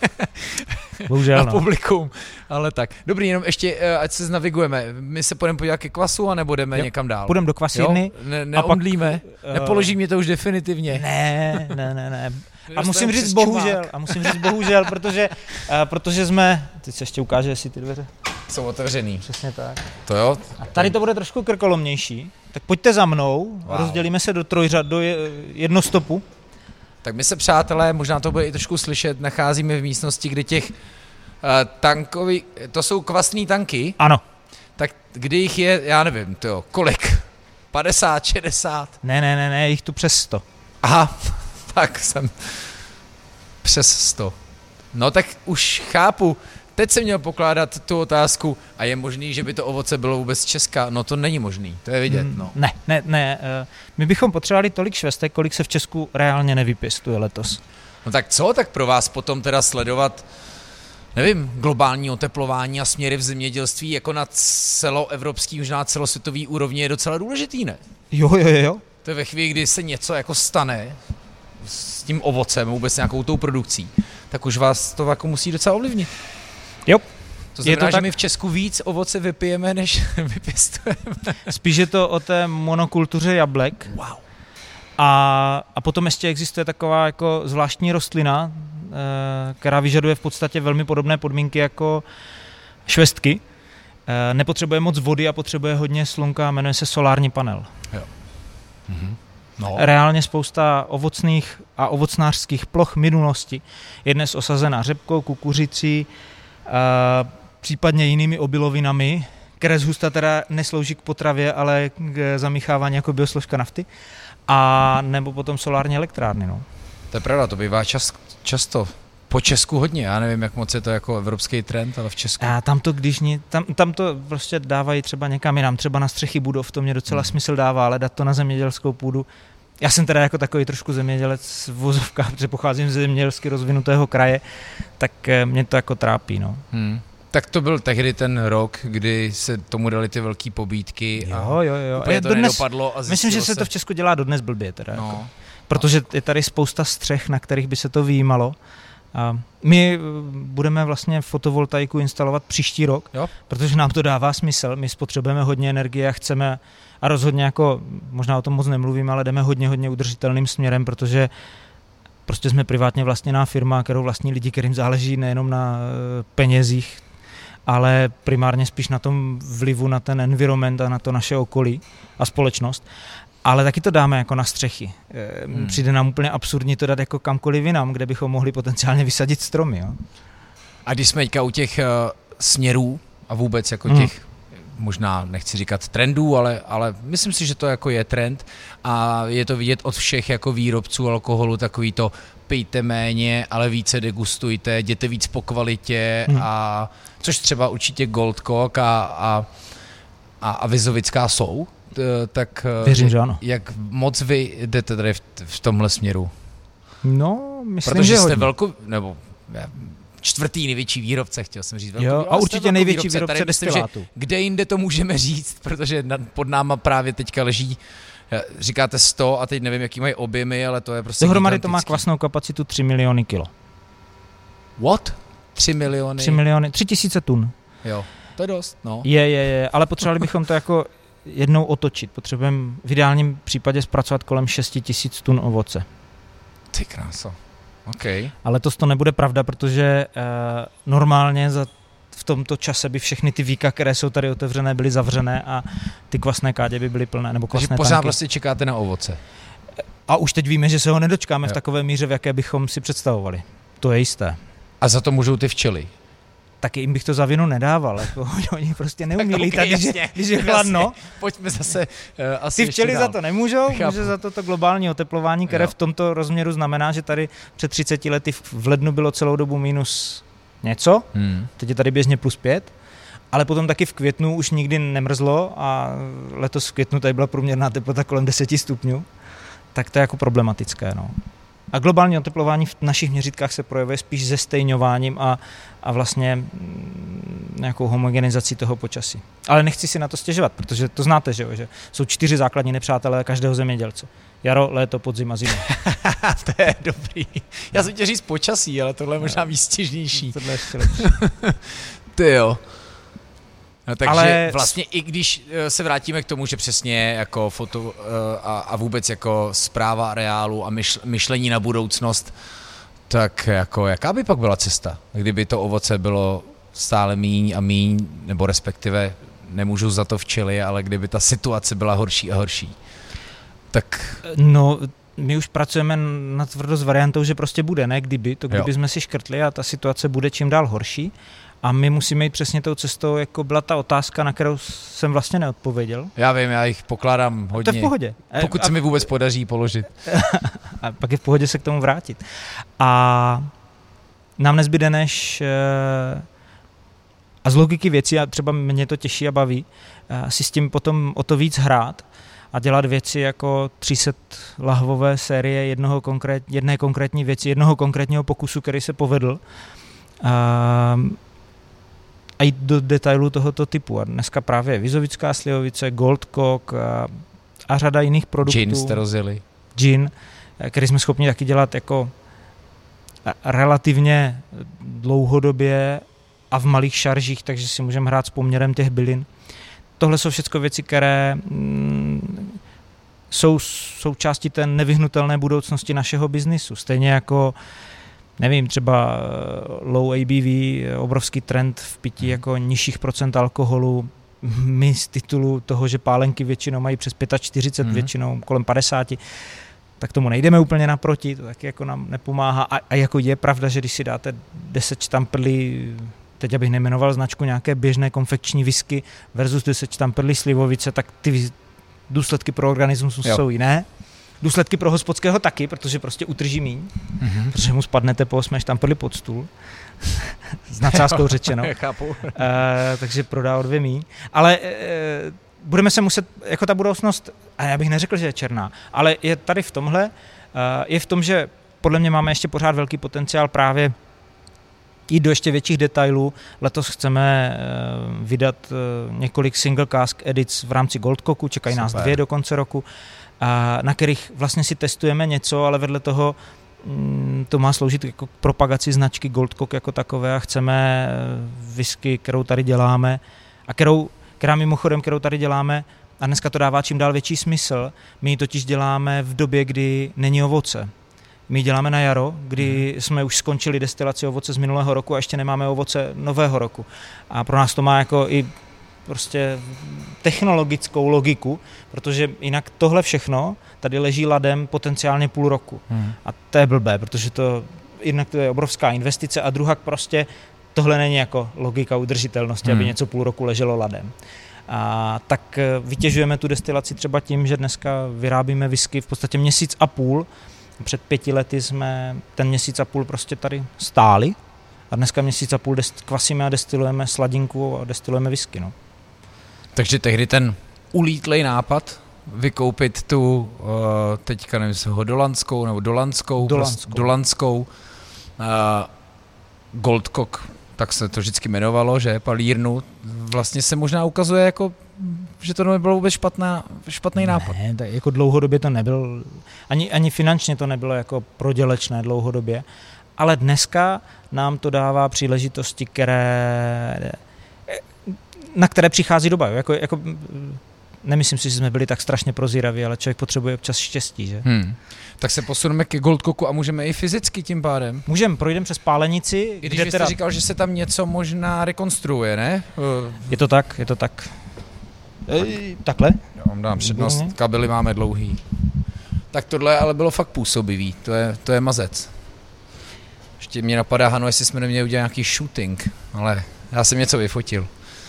Bohužel, na no. publikum, ale tak. Dobrý, jenom ještě, ať se znavigujeme. My se půjdeme podívat ke kvasu, anebo jdeme jo, někam dál? Půjdeme do kvasírny. Ne, neomdlíme? Uh, Nepoloží mě to už definitivně? Ne, ne, ne, ne. A musím říct bohužel, a musím říct bohužel, protože, uh, protože jsme, teď se ještě ukáže, jestli ty dveře jsou otevřený. Přesně tak. To jo. A tady to bude trošku krkolomnější, tak pojďte za mnou, wow. Rozdělíme se do trojřad, do jednostopu. Tak my se, přátelé, možná to bude i trošku slyšet, nacházíme v místnosti, kde těch uh, tankový, to jsou kvasný tanky. Ano. Tak kdy jich je, já nevím, tyjo, kolik? padesát, šedesát? Ne, ne, ne, ne, jich tu přes sto. Aha, tak jsem přes sto. No tak už chápu. Teď jsem měl pokládat tu otázku, a je možný, že by to ovoce bylo vůbec z Česka? No to není možný, to je vidět. No. Ne, ne, ne. My bychom potřebovali tolik švestek, kolik se v Česku reálně nevypěstuje letos. No tak co? Tak pro vás potom teda sledovat, nevím, globální oteplování a směry v zemědělství jako na celoevropský, možná celosvětový úrovni je docela důležitý, ne? Jo, jo, jo. To je ve chvíli, kdy se něco jako stane s tím ovocem, vůbec nějakou tou produkcí, tak už vás to jako musí docela ovlivnit. Jo. To znamená, je to že tak... my v Česku víc ovoce vypijeme, než vypěstujeme. Spíš je to o té monokultuře jablek. Wow. A, a potom ještě existuje taková jako zvláštní rostlina, která vyžaduje v podstatě velmi podobné podmínky jako švestky. Nepotřebuje moc vody a potřebuje hodně slunka, jmenuje se solární panel. Jo. Mhm. No. Reálně spousta ovocných a ovocnářských ploch minulosti je dnes osazena řepkou, kukuřicí, a případně jinými obilovinami, které zhusta teda neslouží k potravě, ale k zamíchávání jako biosložka nafty, a nebo potom solární elektrárny. No. To je pravda, to bývá čas, často Po Česku hodně, já nevím, jak moc je to jako evropský trend, ale v Česku. A tam to, když ní, tam, tam to prostě dávají třeba někam jinam, třeba na střechy budov, to mě docela hmm. smysl dává, ale dát to na zemědělskou půdu. Já jsem teda jako takový trošku zemědělec v vozovkách, protože pocházím z zemědělsky rozvinutého kraje, tak mě to jako trápí, no. Hmm. Tak to byl tehdy ten rok, kdy se tomu dali ty velký pobídky a jo, jo, jo. úplně to dodnes, nedopadlo. A myslím, že se to v Česku dělá dodnes blbě teda. No. Jako. Protože je tady spousta střech, na kterých by se to vyjímalo. A my budeme vlastně fotovoltaiku instalovat příští rok, jo? Protože nám to dává smysl. My spotřebujeme hodně energie a chceme, a rozhodně jako, možná o tom moc nemluvíme, ale jdeme hodně, hodně udržitelným směrem, protože prostě jsme privátně vlastněná firma, kterou vlastní lidi, kterým záleží nejenom na penězích, ale primárně spíš na tom vlivu na ten environment a na to naše okolí a společnost. Ale taky to dáme jako na střechy. Hmm. Přijde nám úplně absurdní to dát jako kamkoliv jinam, kde bychom mohli potenciálně vysadit stromy. Jo? A když jsme teďka u těch uh, směrů a vůbec jako hmm. těch, možná nechci říkat trendů, ale, ale myslím si, že to jako je trend a je to vidět od všech jako výrobců alkoholu, takový to pijte méně, ale více degustujte, jděte víc po kvalitě hmm. a což třeba určitě Goldcock a, a, a, a Vizovická jsou. Tak věřím, že ano. Jak moc vy jdete tady v, v tomhle směru? No, myslím, Protože že jste hodně. velkou, nebo čtvrtý největší výrobce, chtěl jsem říct. Jo, a určitě největší výrobce, výrobce destilátu. Kde jinde to můžeme říct, protože nad, pod náma právě teďka leží, říkáte sto a teď nevím, jaký mají objemy, ale to je prostě dohromady to má kvasnou kapacitu tři miliony kilo. What? tři miliony? tři miliony, tři tisíce tun. Jo, to je dost, no. Je, je, je, ale potřebovali bychom to jako jednou otočit. Potřebujeme v ideálním případě zpracovat kolem šest tisíc tun ovoce. Ty kráso. Okay. Ale to to nebude pravda, protože uh, normálně za, v tomto čase by všechny ty víka, které jsou tady otevřené, byly zavřené a ty kvasné kádě by byly plné, nebo kvasné Takže pořád tanky. vlastně čekáte na ovoce. A už teď víme, že se ho nedočkáme jo. v takové míře, v jaké bychom si představovali. To je jisté. A za to můžou ty včely. Tak jim bych to za vinu nedával. Jako, oni prostě neumí lítat, okay, když, když je chladno. Pojďme zase uh, asi ty včely za to nemůžou, Chápu. může za to to globální oteplování, které jo. v tomto rozměru znamená, že tady před třiceti lety v lednu bylo celou dobu minus něco, hmm. teď je tady běžně plus pět, ale potom taky v květnu už nikdy nemrzlo a letos v květnu tady byla průměrná teplota kolem deseti stupňů, tak to je jako problematické. No. A globální oteplování v našich měřítkách se projevuje spíš zestejňováním a, a vlastně nějakou homogenizací toho počasí. Ale nechci si na to stěžovat, protože to znáte, že, že jsou čtyři základní nepřátelé každého zemědělce. Jaro, léto, podzim a zima. To je dobrý. Já jsem chtěl říct počasí, ale tohle je možná výstěžnější. Tohle je ještě lepší. Ty jo. No, takže ale vlastně i když se vrátíme k tomu, že přesně jako foto a, a vůbec jako správa areálu a myšlení na budoucnost, tak jako jaká by pak byla cesta, kdyby to ovoce bylo stále míň a míň, nebo respektive nemůžu za to včely, ale kdyby ta situace byla horší a horší. Tak... No, my už pracujeme na tvrdo s variantou, že prostě bude, ne kdyby, to kdyby jo. jsme si škrtli a ta situace bude čím dál horší. A my musíme jít přesně tou cestou, jako byla ta otázka, na kterou jsem vlastně neodpověděl. Já vím, já jich pokládám hodně. To je v pohodě. Pokud a, se mi vůbec podaří položit. A pak je v pohodě se k tomu vrátit. A nám nezbyde než, a z logiky věcí, a třeba mě to těší a baví, si s tím potom o to víc hrát a dělat věci jako tři sta lahvové série jednoho konkrét, jedné konkrétní věci, jednoho konkrétního pokusu, který se povedl. A, a jít do detailů tohoto typu. A dneska právě Vizovická slivovice, Goldcock a, a řada jiných produktů. Gin jste rozjeli. Gin, který jsme schopni taky dělat jako relativně dlouhodobě a v malých šaržích, takže si můžeme hrát s poměrem těch bylin. Tohle jsou všechno věci, které mm, jsou součástí té nevyhnutelné budoucnosti našeho biznisu. Stejně jako nevím, třeba low A B V, obrovský trend v pití jako nižších procent alkoholu, my z titulu toho, že pálenky většinou mají přes čtyřicet pět, mm. většinou kolem padesát, tak tomu nejdeme úplně naproti, to taky jako nám nepomáhá. A, a jako je pravda, že když si dáte deset štamprlí, teď abych nejmenoval značku, nějaké běžné konfekční whisky versus deset štamprlí slivovice, tak ty důsledky pro organismus jo. jsou jiné. důsledky pro hospodského taky, protože prostě utrží míň, mm-hmm. protože mu spadnete po osmé štamprli pod stůl. S nadsázkou řečeno. Chápu. E, takže prodá o dvě míň. Ale e, budeme se muset, jako ta budoucnost, a já bych neřekl, že je černá, ale je tady v tomhle, e, je v tom, že podle mě máme ještě pořád velký potenciál právě jít do ještě větších detailů. Letos chceme vydat několik single cask edits v rámci Goldcocku, čekají Super. Nás dvě do konce roku, na kterých vlastně si testujeme něco, ale vedle toho to má sloužit jako k propagaci značky Goldcock jako takové a chceme whisky, kterou tady děláme a kterou, která mimochodem, kterou tady děláme, a dneska to dává čím dál větší smysl, my ji totiž děláme v době, kdy není ovoce. My ji děláme na jaro, kdy hmm. jsme už skončili destilaci ovoce z minulého roku a ještě nemáme ovoce nového roku. A pro nás to má jako i prostě technologickou logiku, protože jinak tohle všechno tady leží ladem potenciálně půl roku. Hmm. A to je blbé, protože to jednak to je obrovská investice a druhak prostě tohle není jako logika udržitelnosti, hmm. aby něco půl roku leželo ladem. A tak vytěžujeme tu destilaci třeba tím, že dneska vyrábíme whisky v podstatě měsíc a půl. Před pěti lety jsme ten měsíc a půl prostě tady stáli a dneska měsíc a půl dest- kvasíme a destilujeme sladinku a destilujeme whisky. No. Takže tehdy ten ulítlej nápad vykoupit tu uh, teďka nevím, hodolandskou nebo dolandskou, dolandskou, dolandskou uh, Goldcock, tak se to vždycky jmenovalo, že palírnu, vlastně se možná ukazuje jako, že to nebylo vůbec špatná, špatný nápad. Ne, tak jako dlouhodobě to nebyl, ani, ani finančně to nebylo jako prodělečné dlouhodobě, ale dneska nám to dává příležitosti, které, na které přichází doba. Jako, jako, nemyslím si, že jsme byli tak strašně prozíraví, ale člověk potřebuje občas štěstí, že? Hmm. Tak se posuneme ke Goldcocku a můžeme i fyzicky tím pádem. Můžeme, projdeme přes Pálenici. I když jste teda... říkal, že se tam něco možná rekonstruuje, ne? Je to tak, je to tak. Ej, takhle? Já vám dám přednost, kabely máme dlouhý. Tak tohle ale bylo fakt působivý, to je, to je mazec. Ještě mě napadá, Hano, jestli jsme neměli udělat nějaký shooting, ale já jsem něco vyfotil.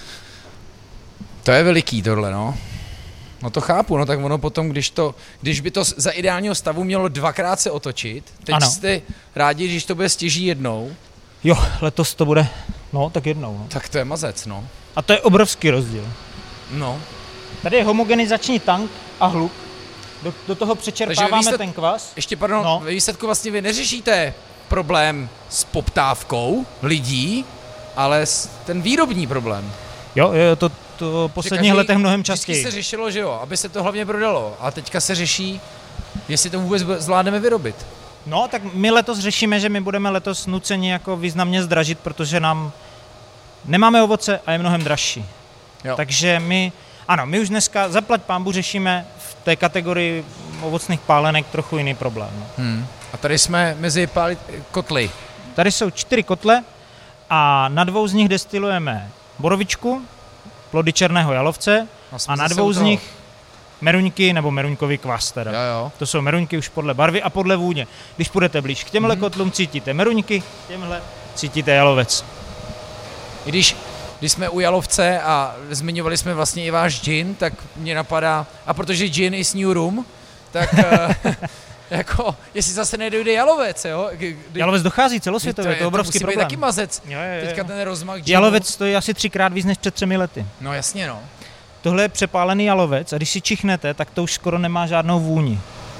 To je veliký tohle, no. No to chápu, no tak ono potom, když to, když by to za ideálního stavu mělo dvakrát se otočit, teď ano. Jste rádi, když to bude stěží jednou. Jo, letos to bude, no tak jednou. No. Tak to je mazec, no. A to je obrovský rozdíl. No. Tady je homogenizační tank a hluk. Do, do toho přečerpáváme výsled, ten kvas. Ještě pardon, no. Ve výsledku vlastně vy neřešíte problém s poptávkou lidí, ale ten výrobní problém. Jo, jo, to, to v posledních letech mnohem častěji. Vždycky se řešilo, že jo, aby se to hlavně prodalo. A teďka se řeší, jestli to vůbec zvládneme vyrobit. No, tak my letos řešíme, že my budeme letos nuceni jako významně zdražit, protože nám nemáme ovoce a je mnohem dražší. Jo. Takže my, ano, my už dneska, zaplať pánbu, řešíme v té kategorii ovocných pálenek trochu jiný problém. Hmm. A tady jsme mezi páli, kotly. Tady jsou čtyři kotle a na dvou z nich destilujeme borovičku, plody černého jalovce a, a na dvou z nich meruňky nebo meruňkový kvas. Teda. Jo, jo. To jsou meruňky už podle barvy a podle vůně. Když půjdete blíž k těmhle mm-hmm. kotlům, cítíte meruňky, k těmhle cítíte jalovec. I když, když jsme u jalovce a zmiňovali jsme vlastně i váš gin, tak mě napadá, a protože gin is new room, tak jako, jestli zase nedojde jalovec, jo? Kdy, jalovec dochází celosvětově, to je, to je obrovský to problém. To musí být taky mazec. Jo, jo, jo. Teďka ten rozmach ginu. Jalovec stojí asi třikrát víc než před třemi lety. No jasně, no. Tohle je přepálený jalovec a když si čichnete, tak to už skoro nemá žádnou vůni.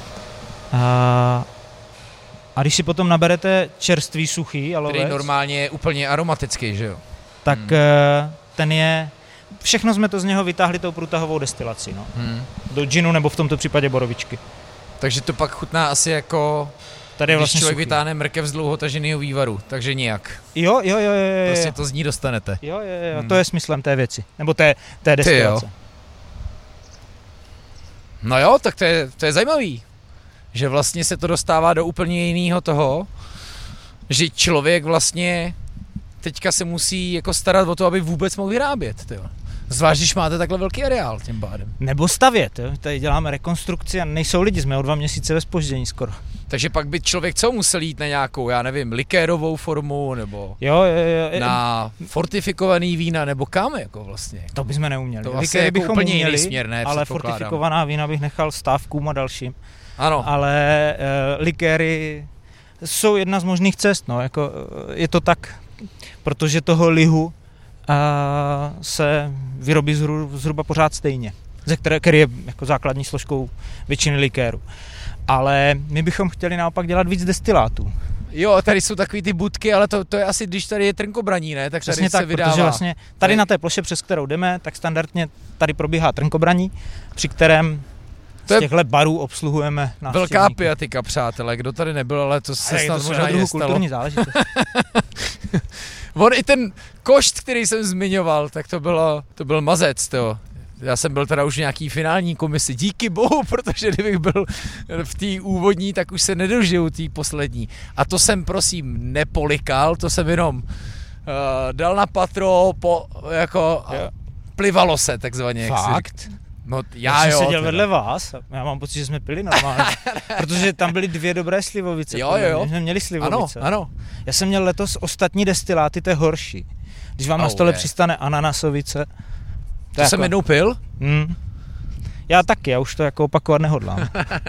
A, a když si potom naberete čerstvý suchý jalovec... Který normálně je úplně aromatický, že jo? Tak hmm. ten je... Všechno jsme to z něho vytáhli tou průtahovou destilací, no. Hmm. Do ginu nebo v tomto případě borovičky. Takže to pak chutná asi jako... Tady je vlastně když člověk suchý. Vytáhne mrkev z dlouhotaženého vývaru, takže nijak. Jo, jo, jo, jo. Prostě to z ní dostanete. Jo, jo, jo, hmm. to je smyslem té věci, nebo té, té destilace. No jo, tak to je, to je zajímavý, že vlastně se to dostává do úplně jiného toho, že člověk vlastně teďka se musí jako starat o to, aby vůbec mohl vyrábět, tyjo. Zvlášť, když máte takhle velký areál tím pádem. Nebo stavět, jo? Tady děláme rekonstrukci a nejsou lidi, jsme o dva měsíce ve zpoždění skoro. Takže pak by člověk co musel jít na nějakou, já nevím, likérovou formu, nebo jo, jo, jo, na fortifikovaný vína, nebo kam jako vlastně? To bychom neuměli. To asi jako bychom úplně uměli, jiný směr, ne? Ale fortifikovaná vína bych nechal stávkům a dalším. ano. ale uh, likéry jsou jedna z možných cest, no, jako uh, je to tak, protože toho lihu uh, se vyrobí zhru, zhruba pořád stejně, ze které, který je jako základní složkou většiny likéru. Ale my bychom chtěli naopak dělat víc destilátů. Jo, tady jsou takový ty budky, ale to, to je asi, když tady je trnkobraní, ne? Tak přesně tady tak, se vydává. Protože vlastně tady na té ploše, přes kterou jdeme, tak standardně tady probíhá trnkobraní, při kterém z těchto barů obsluhujeme návštěvníky. Velká piatika, přátelé, kdo tady nebyl, ale to se ale snad možná i stalo. Kulturní záležitost. On i ten košt, který jsem zmiňoval, tak to bylo, to byl mazec, to. Já jsem byl teda už v nějaký finální komisi, díky bohu, protože kdybych byl v té úvodní, tak už se nedožiju té poslední. A to jsem prosím nepolikal, to jsem jenom uh, dal na patro, po, jako uh, plivalo se takzvaně. Fakt? No, já, já jo. jsem seděl teda. vedle vás, já mám pocit, že jsme pili normálně, protože tam byly dvě dobré slivovice. Jo, jo, jo. Jsme měli slivovice. Ano, ano. Já jsem měl letos ostatní destiláty, to je horší. Když vám oh, na stole je. přistane ananasovice. To, to jako... jsem jednou pil? Hmm. Já taky, já už to jako opakovat nehodlám.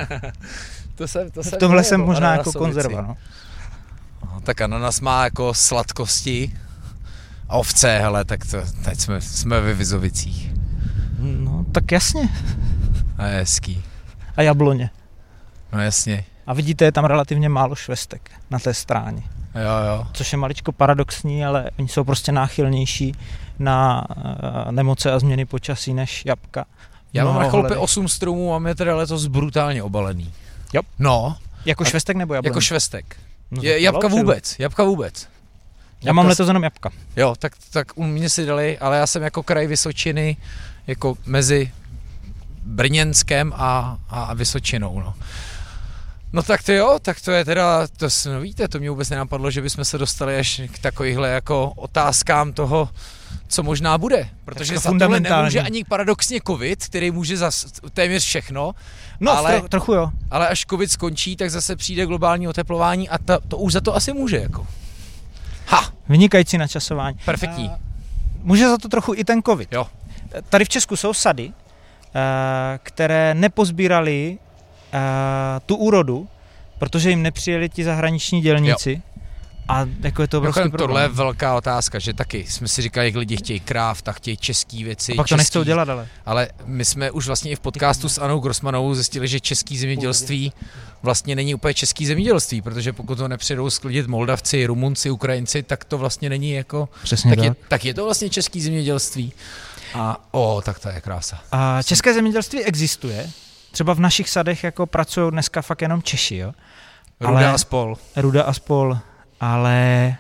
to jsem, to jsem v tomhle jsem možná jako konzerva. No. No, tak ananas má jako sladkosti a ovce, hele, tak to, teď jsme, jsme ve Vizovicích. No, tak jasně. A je hezký. A jabloně. No jasně. A vidíte, je tam relativně málo švestek na té stráně. Jo, jo. Což je maličko paradoxní, ale oni jsou prostě náchylnější na uh, nemoce a změny počasí než jabka. Já mám na chalupě osm stromů, mám je teda letos brutálně obalený. Jo. No. Jako švestek nebo jabloň? Jako švestek. No, je, jabka vůbec, jabka vůbec. Já jabka mám letos jenom jabka. Jo, tak, tak u mě si dali, ale já jsem jako kraj Vysočiny, jako mezi Brněnskem a, a Vysočinou, no. No tak to jo, tak to je teda, to no víte, to mě vůbec nenapadlo, že bychom se dostali až k takovýchhle jako otázkám toho, co možná bude, protože za tohle nemůže ani paradoxně covid, který může za téměř všechno, no, ale, tro, trochu jo. Ale až covid skončí, tak zase přijde globální oteplování a ta, to už za to asi může, jako. Ha! Vynikající načasování. Perfektní. Uh, může za to trochu i ten covid. Jo. Tady v Česku jsou sady, uh, které nepozbírali uh, tu úrodu, protože jim nepřijeli ti zahraniční dělníci. Jo. A jako je to obrovský problém. Tohle je velká otázka, že taky jsme si říkali, jak lidi chtějí kráv, tak chtějí český věci. A pak to nechcou dělat, ale. Ale my jsme už vlastně i v podcastu s Anou Grossmanovou zjistili, že český zemědělství vlastně není úplně český zemědělství, protože pokud to nepřijdou sklidit Moldavci, Rumunci, Ukrajinci, tak to vlastně není jako... Přesně tak. tak. Je, tak je to vlastně český zemědělství. A o, tak to je krása. A české zemědělství existuje. Třeba v našich sadech jako pracují dneska fakt jenom Češi, jo. Ruda ale, a spol. Ruda a spol. Ale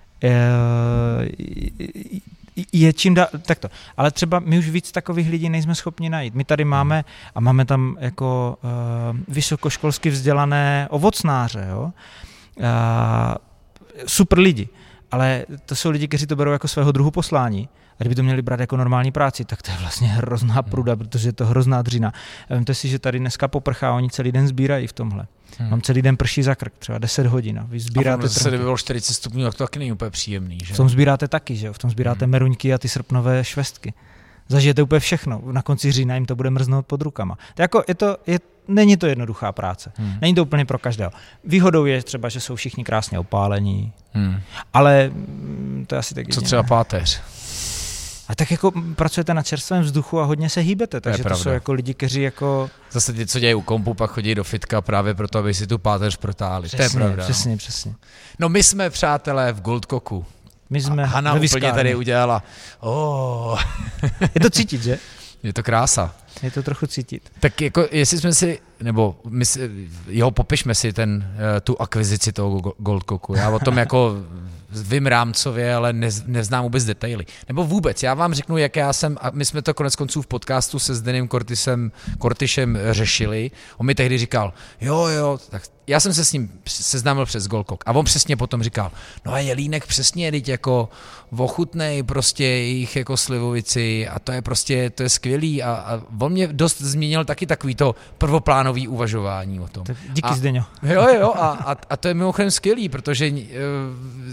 je čím dál, takto. Ale třeba my už víc takových lidí nejsme schopni najít. My tady máme, a máme tam jako uh, vysokoškolsky vzdělané ovocnáře, jo? Uh, super lidi, ale to jsou lidi, kteří to berou jako svého druhu poslání. A kdyby to měli brát jako normální práci, tak to je vlastně hrozná pruda, protože je to hrozná dřina. Vemte si, že tady dneska poprchá, oni celý den sbírají v tomhle. Hmm. Mám celý den prší za krk, třeba deset hodin. Vy sbíráte. A zase, kdyby bylo čtyřicet stupňů, tak to taky není úplně příjemný. Že? V tom sbíráte taky, že jo? V tom sbíráte hmm. meruňky a ty srpnové švestky. Zažijete úplně všechno. Na konci října jim to bude mrznout pod rukama. To jako, je to, je, není to jednoduchá práce. Hmm. Není to úplně pro každého. Výhodou je třeba, že jsou všichni krásně opálení, hmm. ale to je asi taky. Co třeba páteř? A tak jako pracujete na čerstvém vzduchu a hodně se hýbete, takže to, to jsou jako lidi, kteří jako... Zase ti, co dělají u kompu, pak chodí do fitka právě proto, aby si tu páteř protáhli. Přesně, to je pravda. Přesně, no. přesně. No my jsme, přátelé, v Goldcocku. My jsme Hanna úplně tady udělala. Oh. Je to cítit, že? Je to krása. Je to trochu cítit. Tak jako, jestli jsme si, nebo my si, jeho popišme si ten, tu akvizici toho Goldcocku. Já o tom jako vím rámcově, ale nez, neznám vůbec detaily. Nebo vůbec, já vám řeknu, jak já jsem, a my jsme to konec konců v podcastu se Zdenem Kortisem, Kortyšem řešili. On mi tehdy říkal, jo, jo, tak já jsem se s ním seznámil přes Goldcock. A on přesně potom říkal, no a Jelínek přesně, teď jako ochutnej prostě jejich jako slivovici a to je prostě, to je skvělý a, a on mě dost změnil taky takový to prvoplánový uvažování o tom. Tak díky, a, Zdeňo. Jo, jo, a, a, a to je mimochodem skvělý, protože uh,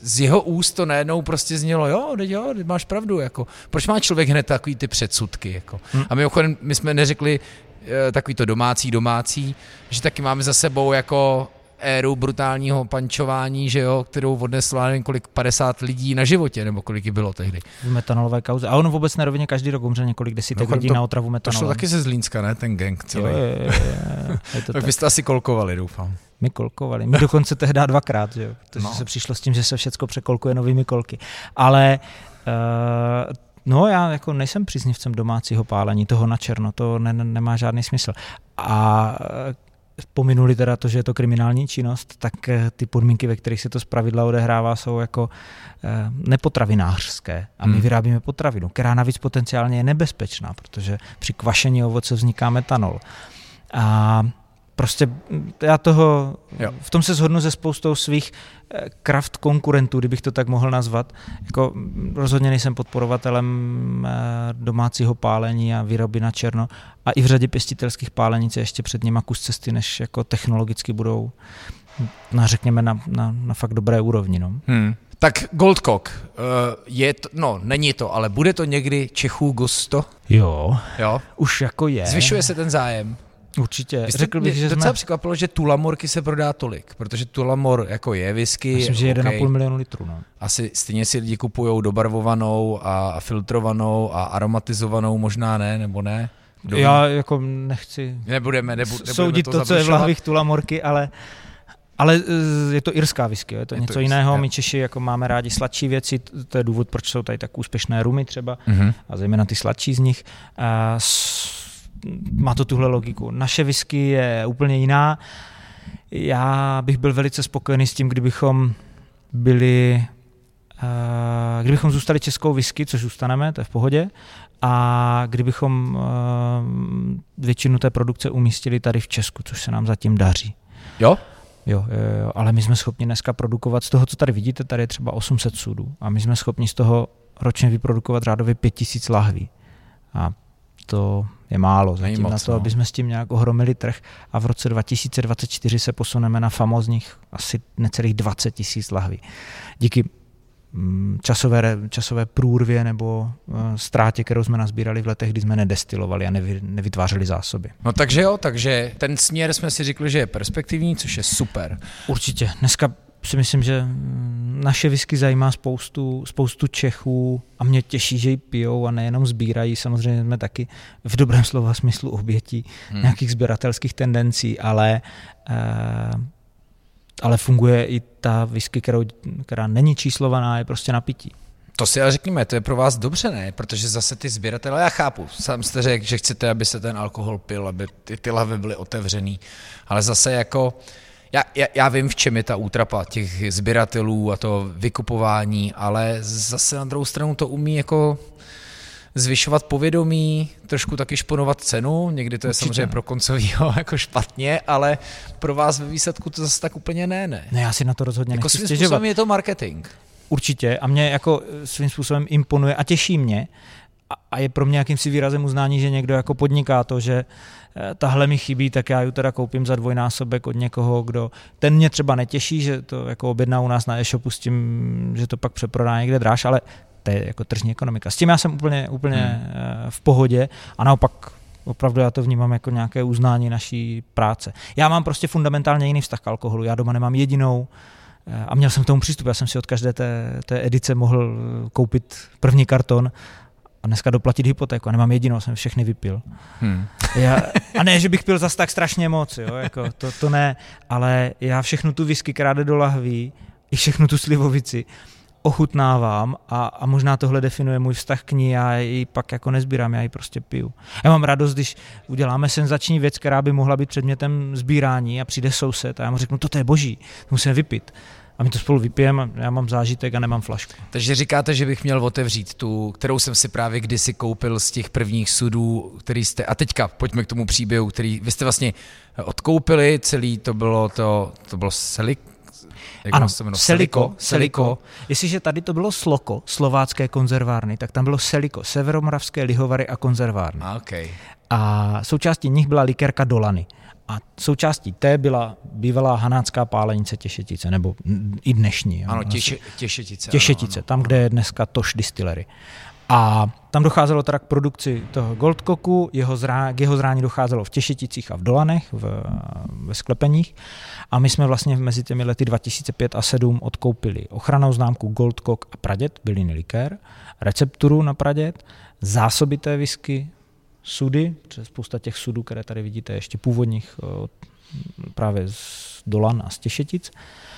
z jeho úst to najednou prostě znělo, jo, jo, máš pravdu, jako, proč má člověk hned takový ty předsudky, jako. Hmm. A mimochodem, my jsme neřekli e, takový to domácí, domácí, že taky máme za sebou jako éru brutálního pančování, že jo, kterou odnesla nevím kolik, padesát lidí na životě, nebo kolik jí bylo tehdy. V metanolové kauze. A on v obecné rovině každý rok umře několik desítek lidí na otravu metanolom. To šlo taky ze Zlínska, ne, ten gang celý. Jo, jo, jo, jo. Je to tak byste asi kolkovali, doufám. My kolkovali. My dokonce tehdy dvakrát, že jo, protože no. se přišlo s tím, že se všecko překolkuje novými kolky. Ale uh, no já jako nejsem příznivcem domácího pálení, toho na černo, to ne, nemá žádný smysl. A pominuli teda to, že je to kriminální činnost, tak ty podmínky, ve kterých se to zpravidla odehrává, jsou jako nepotravinářské. A my hmm. vyrábíme potravinu, která navíc potenciálně je nebezpečná, protože při kvašení ovoce vzniká metanol. A prostě já toho, jo. v tom se shodnu se spoustou svých kraft konkurentů, kdybych to tak mohl nazvat. Jako rozhodně nejsem podporovatelem domácího pálení a výroby na černo a i v řadě pěstitelských pálení je ještě před nima kus cesty, než jako technologicky budou, no, řekněme, na, na, na fakt dobré úrovni. No. Hmm. Tak Goldcock, je to, no není to, ale bude to někdy Čechů gusto? Jo, jo, už jako je. Zvyšuje se ten zájem? Určitě. Jste, Řekl bych, že docela jsme... překvapilo, že Tulamorky se prodá tolik, protože Tulamor jako je whisky. Myslím, že jeden a půl milionu litrů. No. Asi stejně si lidi kupujou dobarvovanou a filtrovanou a aromatizovanou, možná ne, nebo ne? Kdo Já ví? jako nechci nebudeme, nebu, nebudeme soudit to, to co je v lahvích Tulamorky, ale, ale je to irská whisky, je to je něco to jiného. My Češi jako máme rádi sladší věci, to je důvod, proč jsou tady tak úspěšné rumy třeba, mm-hmm. a zejména ty sladší z nich. A s, má to tuhle logiku. Naše whisky je úplně jiná. Já bych byl velice spokojený s tím, kdybychom byli, uh, kdybychom zůstali českou whisky, což zůstaneme, to je v pohodě, a kdybychom uh, většinu té produkce umístili tady v Česku, což se nám zatím daří. Jo? Jo, jo, jo, ale my jsme schopni dneska produkovat z toho, co tady vidíte, tady je třeba osm set sudů a my jsme schopni z toho ročně vyprodukovat řádově pět tisíc lahví. A to je málo zatím moc, na to, no. aby jsme s tím nějak ohromili trh a v roce dva tisíce dvacet čtyři se posuneme na famózních asi necelých dvacet tisíc lahví. Díky časové, časové průrvě nebo ztrátě, kterou jsme nazbírali v letech, kdy jsme nedestilovali a nevy, nevytvářeli zásoby. No takže jo, takže ten směr jsme si řekli, že je perspektivní, což je super. Určitě. Dneska si myslím, že naše whisky zajímá spoustu, spoustu Čechů a mě těší, že ji pijou a nejenom sbírají. Samozřejmě jsme taky v dobrém slova smyslu obětí hmm. nějakých sběratelských tendencí, ale, uh, ale funguje i ta whisky, kterou, která není číslovaná, je prostě na pití. To si ale řekněme, to je pro vás dobře, ne? Protože zase ty sběratele, já chápu, sám jste řekl, že chcete, aby se ten alkohol pil, aby ty, ty lahve byly otevřený, ale zase jako Já, já, já vím, v čem je ta útrapa těch sběratelů a to vykupování, ale zase na druhou stranu to umí jako zvyšovat povědomí, trošku taky šponovat cenu, někdy to je Určitě. samozřejmě pro koncovýho jako špatně, ale pro vás ve výsledku to zase tak úplně ne, ne. Ne, já si na to rozhodně jako nechci svým stěžovat. způsobem je to marketing. Určitě a mě jako svým způsobem imponuje a těší mě a je pro mě jakýmsi výrazem uznání, že někdo jako podniká to, že tahle mi chybí, tak já ji teda koupím za dvojnásobek od někoho, kdo ten mě třeba netěší, že to jako objedná u nás na e-shopu s tím, že to pak přeprodá někde dráž, ale to je jako tržní ekonomika. S tím já jsem úplně, úplně hmm. v pohodě a naopak opravdu já to vnímám jako nějaké uznání naší práce. Já mám prostě fundamentálně jiný vztah k alkoholu. Já doma nemám jedinou a měl jsem k tomu přístup. Já jsem si od každé té, té edice mohl koupit první karton a dneska doplatit hypotéku a nemám jedinou, jsem všechny vypil. Hmm. Já, a ne, že bych pil zas tak strašně moc, jo, jako to, to ne, ale já všechnu tu whisky, která jde do lahví, i všechnu tu slivovici ochutnávám a, a možná tohle definuje můj vztah k ní, já ji pak jako nezbírám, já ji prostě piju. Já mám radost, když uděláme senzační věc, která by mohla být předmětem sbírání a přijde soused a já mu řeknu, toto je boží, to musíme vypít. A my to spolu vypijeme, já mám zážitek a nemám flašku. Takže říkáte, že bych měl otevřít tu, kterou jsem si právě kdysi koupil z těch prvních sudů, který jste, a teďka pojďme k tomu příběhu, který vy jste vlastně odkoupili, celý to bylo to, to bylo Selik, jak ano, se jmenuje? Seliko, Seliko. Jestliže tady to bylo Sloko, slovácké konzervárny, tak tam bylo Seliko, severomoravské lihovary a konzervárny. A, okay. A součástí nich byla likérka Dolany. A součástí té byla bývalá hanácká pálenice Těšetice, nebo i dnešní. Ano, těše, Těšetice. Těšetice, ano, tam, ano. kde je dneska Toš Distillery. A tam docházelo teda k produkci toho Goldcocku, jeho zrá, k jeho zrání docházelo v Těšeticích a v Dolanech, v, ve sklepeních. A my jsme vlastně mezi těmi lety dva tisíce pět a sedm odkoupili ochrannou známku Goldcock a Praděd, bylinný likér, recepturu na Praděd, zásobité whisky, sudy, spousta těch sudů, které tady vidíte, ještě původních právě z Dolan a z Těšetic.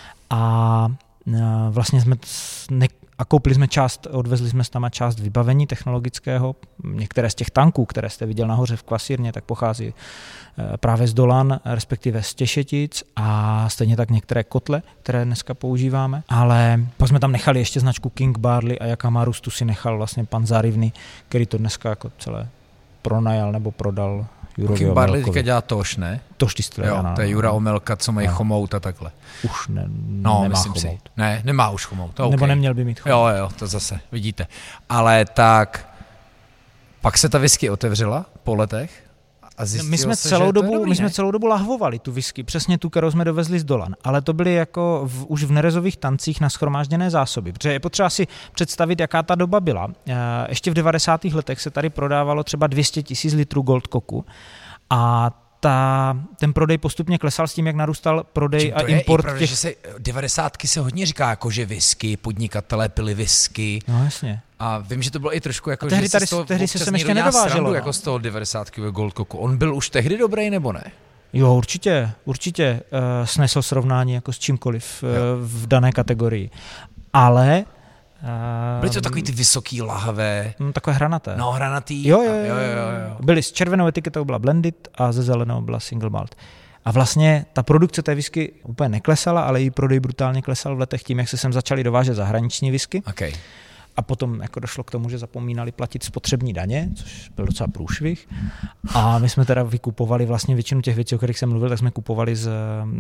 A vlastně jsme ne, a koupili jsme část, odvezli jsme tam část vybavení technologického. Některé z těch tanků, které jste viděl nahoře v Kvasírně, tak pochází právě z Dolan, respektive z Těšetic a stejně tak některé kotle, které dneska používáme. Ale pak jsme tam nechali ještě značku King Barley a Jakamaru tu si nechal vlastně pan Zárivný, který to dneska jako celé pronajal nebo prodal Jurovi King Omelkovi. Barley teďka dělá Toš, ne? Toš Distillery, jo, ano. To je Jura Omelka, co mají no. chomout a takhle. Už ne, no, nemá myslím chomout. Si. Ne, nemá už chomout. Nebo okay. neměl by mít chomout. Jo, jo, to zase, vidíte. Ale tak, pak se ta whisky otevřela po letech a zjistilo my jsme se, celou že dobu, to je dobrý, my jsme celou dobu lahvovali tu whisky, přesně tu, kterou jsme dovezli z Dolan, ale to byly jako v, už v nerezových tancích nashromážděné zásoby, protože je potřeba si představit, jaká ta doba byla. Ještě v devadesátých letech se tady prodávalo třeba dvě stě tisíc litrů Goldcocku a ta, ten prodej postupně klesal s tím, jak narůstal prodej a import. Pravda, těch... že se devadesátky se hodně říká, jako že whisky, podnikatelé pili whisky. No jasně. A vím, že to bylo i trošku jako, tehdy že tady, se z toho tehdy se sem ještě nedováželo. No. Jako z toho devadesátkového Goldcocku. On byl už tehdy dobrý, nebo ne? Jo, určitě, určitě uh, snesl srovnání jako s čímkoliv uh, v dané kategorii. Ale Uh, byly to takový ty vysoký lahve. No, takové hranaté. No, hranatý. Jo, jo, jo, jo, jo. Byly s červenou etiketou byla blended a ze zelenou byla single malt. A vlastně ta produkce té whisky úplně neklesala, ale její prodej brutálně klesal v letech tím, jak se sem začaly dovážet zahraniční whisky. Okay. A potom jako došlo k tomu, že zapomínali platit spotřební daně, což byl docela průšvih. A my jsme teda vykupovali vlastně většinu těch věcí, o kterých jsem mluvil, tak jsme kupovali z,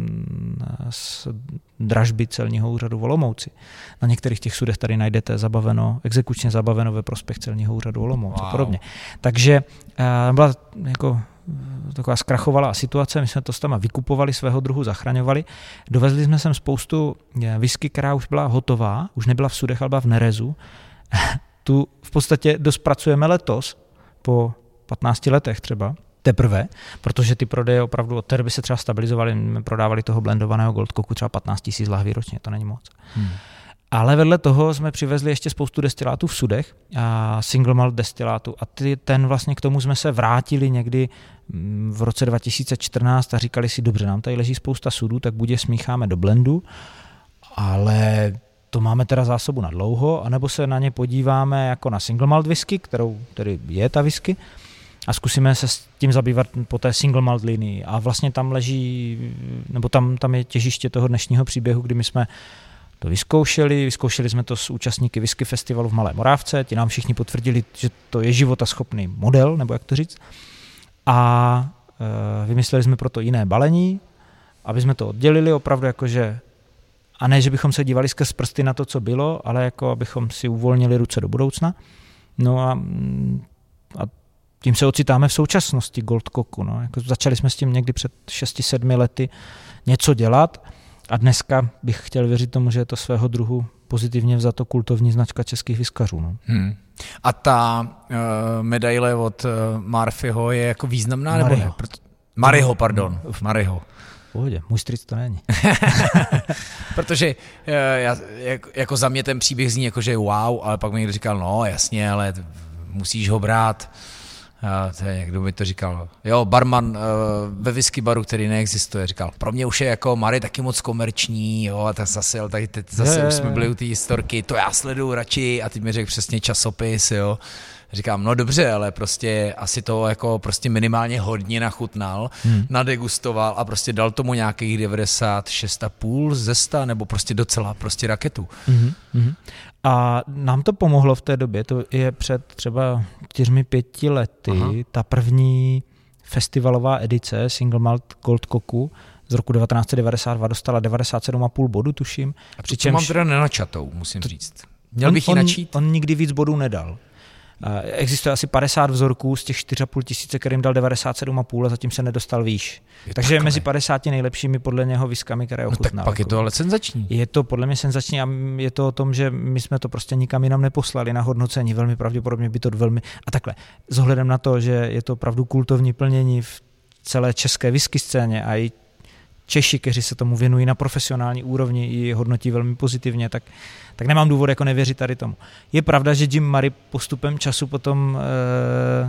z dražby celního úřadu v Olomouci. Na některých těch sudech tady najdete zabaveno, exekučně zabaveno ve prospěch celního úřadu Olomouci a wow. podobně. Takže byla jako taková zkrachovalá situace, my jsme to s tam vykupovali, svého druhu zachraňovali. Dovezli jsme sem spoustu whisky, která už byla hotová, už nebyla v sudech, ale byla v nerezu. Tu v podstatě dospracujeme letos, po patnácti letech třeba, teprve, protože ty prodeje opravdu od té doby se třeba stabilizovaly, my prodávali toho blendovaného Goldcocku třeba patnáct tisíc lahví ročně, to není moc. Hmm. Ale vedle toho jsme přivezli ještě spoustu destilátů v sudech, a single malt destilátů a ty, ten vlastně k tomu jsme se vrátili někdy v roce dva tisíce čtrnáct a říkali si, dobře, nám tady leží spousta sudů, tak buď je smícháme do blendu, ale to máme teda zásobu na dlouho, anebo se na ně podíváme jako na single malt whisky, kterou tedy je ta whisky, a zkusíme se s tím zabývat po té single malt linii. A vlastně tam leží, nebo tam, tam je těžiště toho dnešního příběhu, kdy my jsme to vyzkoušeli, vyzkoušeli jsme to s účastníky whisky festivalu v Malé Moravce, ti nám všichni potvrdili, že to je životaschopný model, nebo jak to říct. A e, vymysleli jsme proto jiné balení, aby jsme to oddělili opravdu jakože, a ne, že bychom se dívali skrz prsty na to, co bylo, ale jako abychom si uvolnili ruce do budoucna. No a, a tím se ocitáme v současnosti Goldcocku. No. Jako začali jsme s tím někdy před šesti sedmi lety něco dělat a dneska bych chtěl věřit tomu, že je to svého druhu pozitivně vzato kultovní značka českých whiskařů. No. Hmm. A ta uh, medaile od uh, Murphyho je jako významná, Maryho. Nebo ne? Proto... Maryho, pardon. Maryho. Pohodě, můj strýc to není. Protože uh, já, jako, jako za mě ten příběh zní jako, že wow, ale pak mi někdo říkal, no jasně, ale musíš ho brát. Uh, to je, jak kdo by to říkal, jo, barman uh, ve whisky baru, který neexistuje, říkal, pro mě už je jako Mary taky moc komerční, jo, a tak zase, jo, tak teď zase je, už jsme byli u té historky, to já sleduju radši, a ty mi řekl přesně časopis, jo. Říkám, no dobře, ale prostě asi to jako prostě minimálně hodně nachutnal, hmm. nadegustoval a prostě dal tomu nějakých devadesát šest a půl ze sta, nebo prostě docela prostě raketu. Mm-hmm. A nám to pomohlo v té době, to je před třeba čtyřmi, pěti lety, aha. ta první festivalová edice Single Malt Goldcocku z roku devatenáct set devadesát dva dostala devadesát sedm a půl bodu, tuším. A přičemž... to mám teda nenačatou, musím to... říct. Měl on, bych ji on, načít? On nikdy víc bodů nedal. Existuje asi padesát vzorků z těch čtyři a půl tisíce, kterým dal devadesát sedm a půl a zatím se nedostal výš. Je Takže je mezi padesáti nejlepšími podle něho viskami, které ochutnal. No tak pak je to ale senzační. Je to podle mě senzační a je to o tom, že my jsme to prostě nikam jinam neposlali na hodnocení. Velmi pravděpodobně by to velmi... A takhle, s ohledem na to, že je to opravdu kultovní plnění v celé české whisky scéně a i Češi, kteří se tomu věnují na profesionální úrovni i hodnotí velmi pozitivně, tak, tak nemám důvod jako nevěřit tady tomu. Je pravda, že Jim Murray postupem času potom e,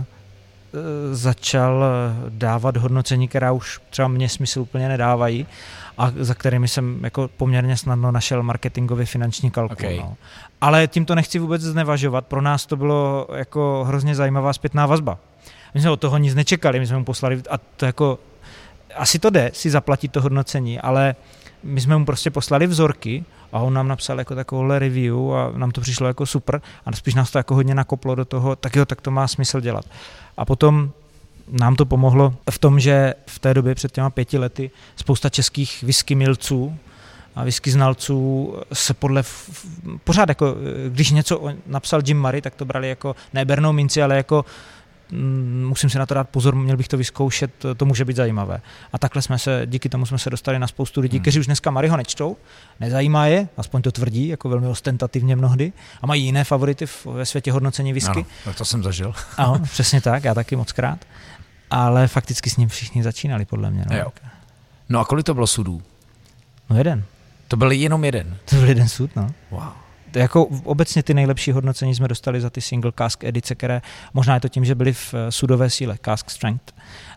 e, začal dávat hodnocení, která už třeba mě smysl úplně nedávají a za kterými jsem jako poměrně snadno našel marketingově finanční kalkul. Okay. No. Ale tím to nechci vůbec znevažovat. Pro nás to bylo jako hrozně zajímavá zpětná vazba. My jsme od toho nic nečekali, my jsme mu poslali a to jako asi to jde si zaplatit to hodnocení, ale my jsme mu prostě poslali vzorky a on nám napsal jako takovouhle review a nám to přišlo jako super a spíš nás to jako hodně nakoplo do toho, tak jo, tak to má smysl dělat. A potom nám to pomohlo v tom, že v té době před těma pěti lety spousta českých whisky milců a whisky znalců se podle, pořád jako, když něco napsal Jim Murray, tak to brali jako ne bernou minci, ale jako musím si na to dát pozor, měl bych to vyzkoušet, to může být zajímavé. A takhle jsme se, díky tomu jsme se dostali na spoustu lidí, hmm. kteří už dneska Murrayho nečtou, nezajímá je, aspoň to tvrdí, jako velmi ostentativně mnohdy, a mají jiné favority ve světě hodnocení whisky. Ano, tak to jsem zažil. Ano, přesně tak, já taky moc krát. Ale fakticky s ním všichni začínali, podle mě. No, no a kolik to bylo sudů? No jeden. To byl jenom jeden? To byl jeden sud, no. Wow. Jako obecně ty nejlepší hodnocení jsme dostali za ty single cask edice, které možná je to tím, že byly v sudové síle, cask strength,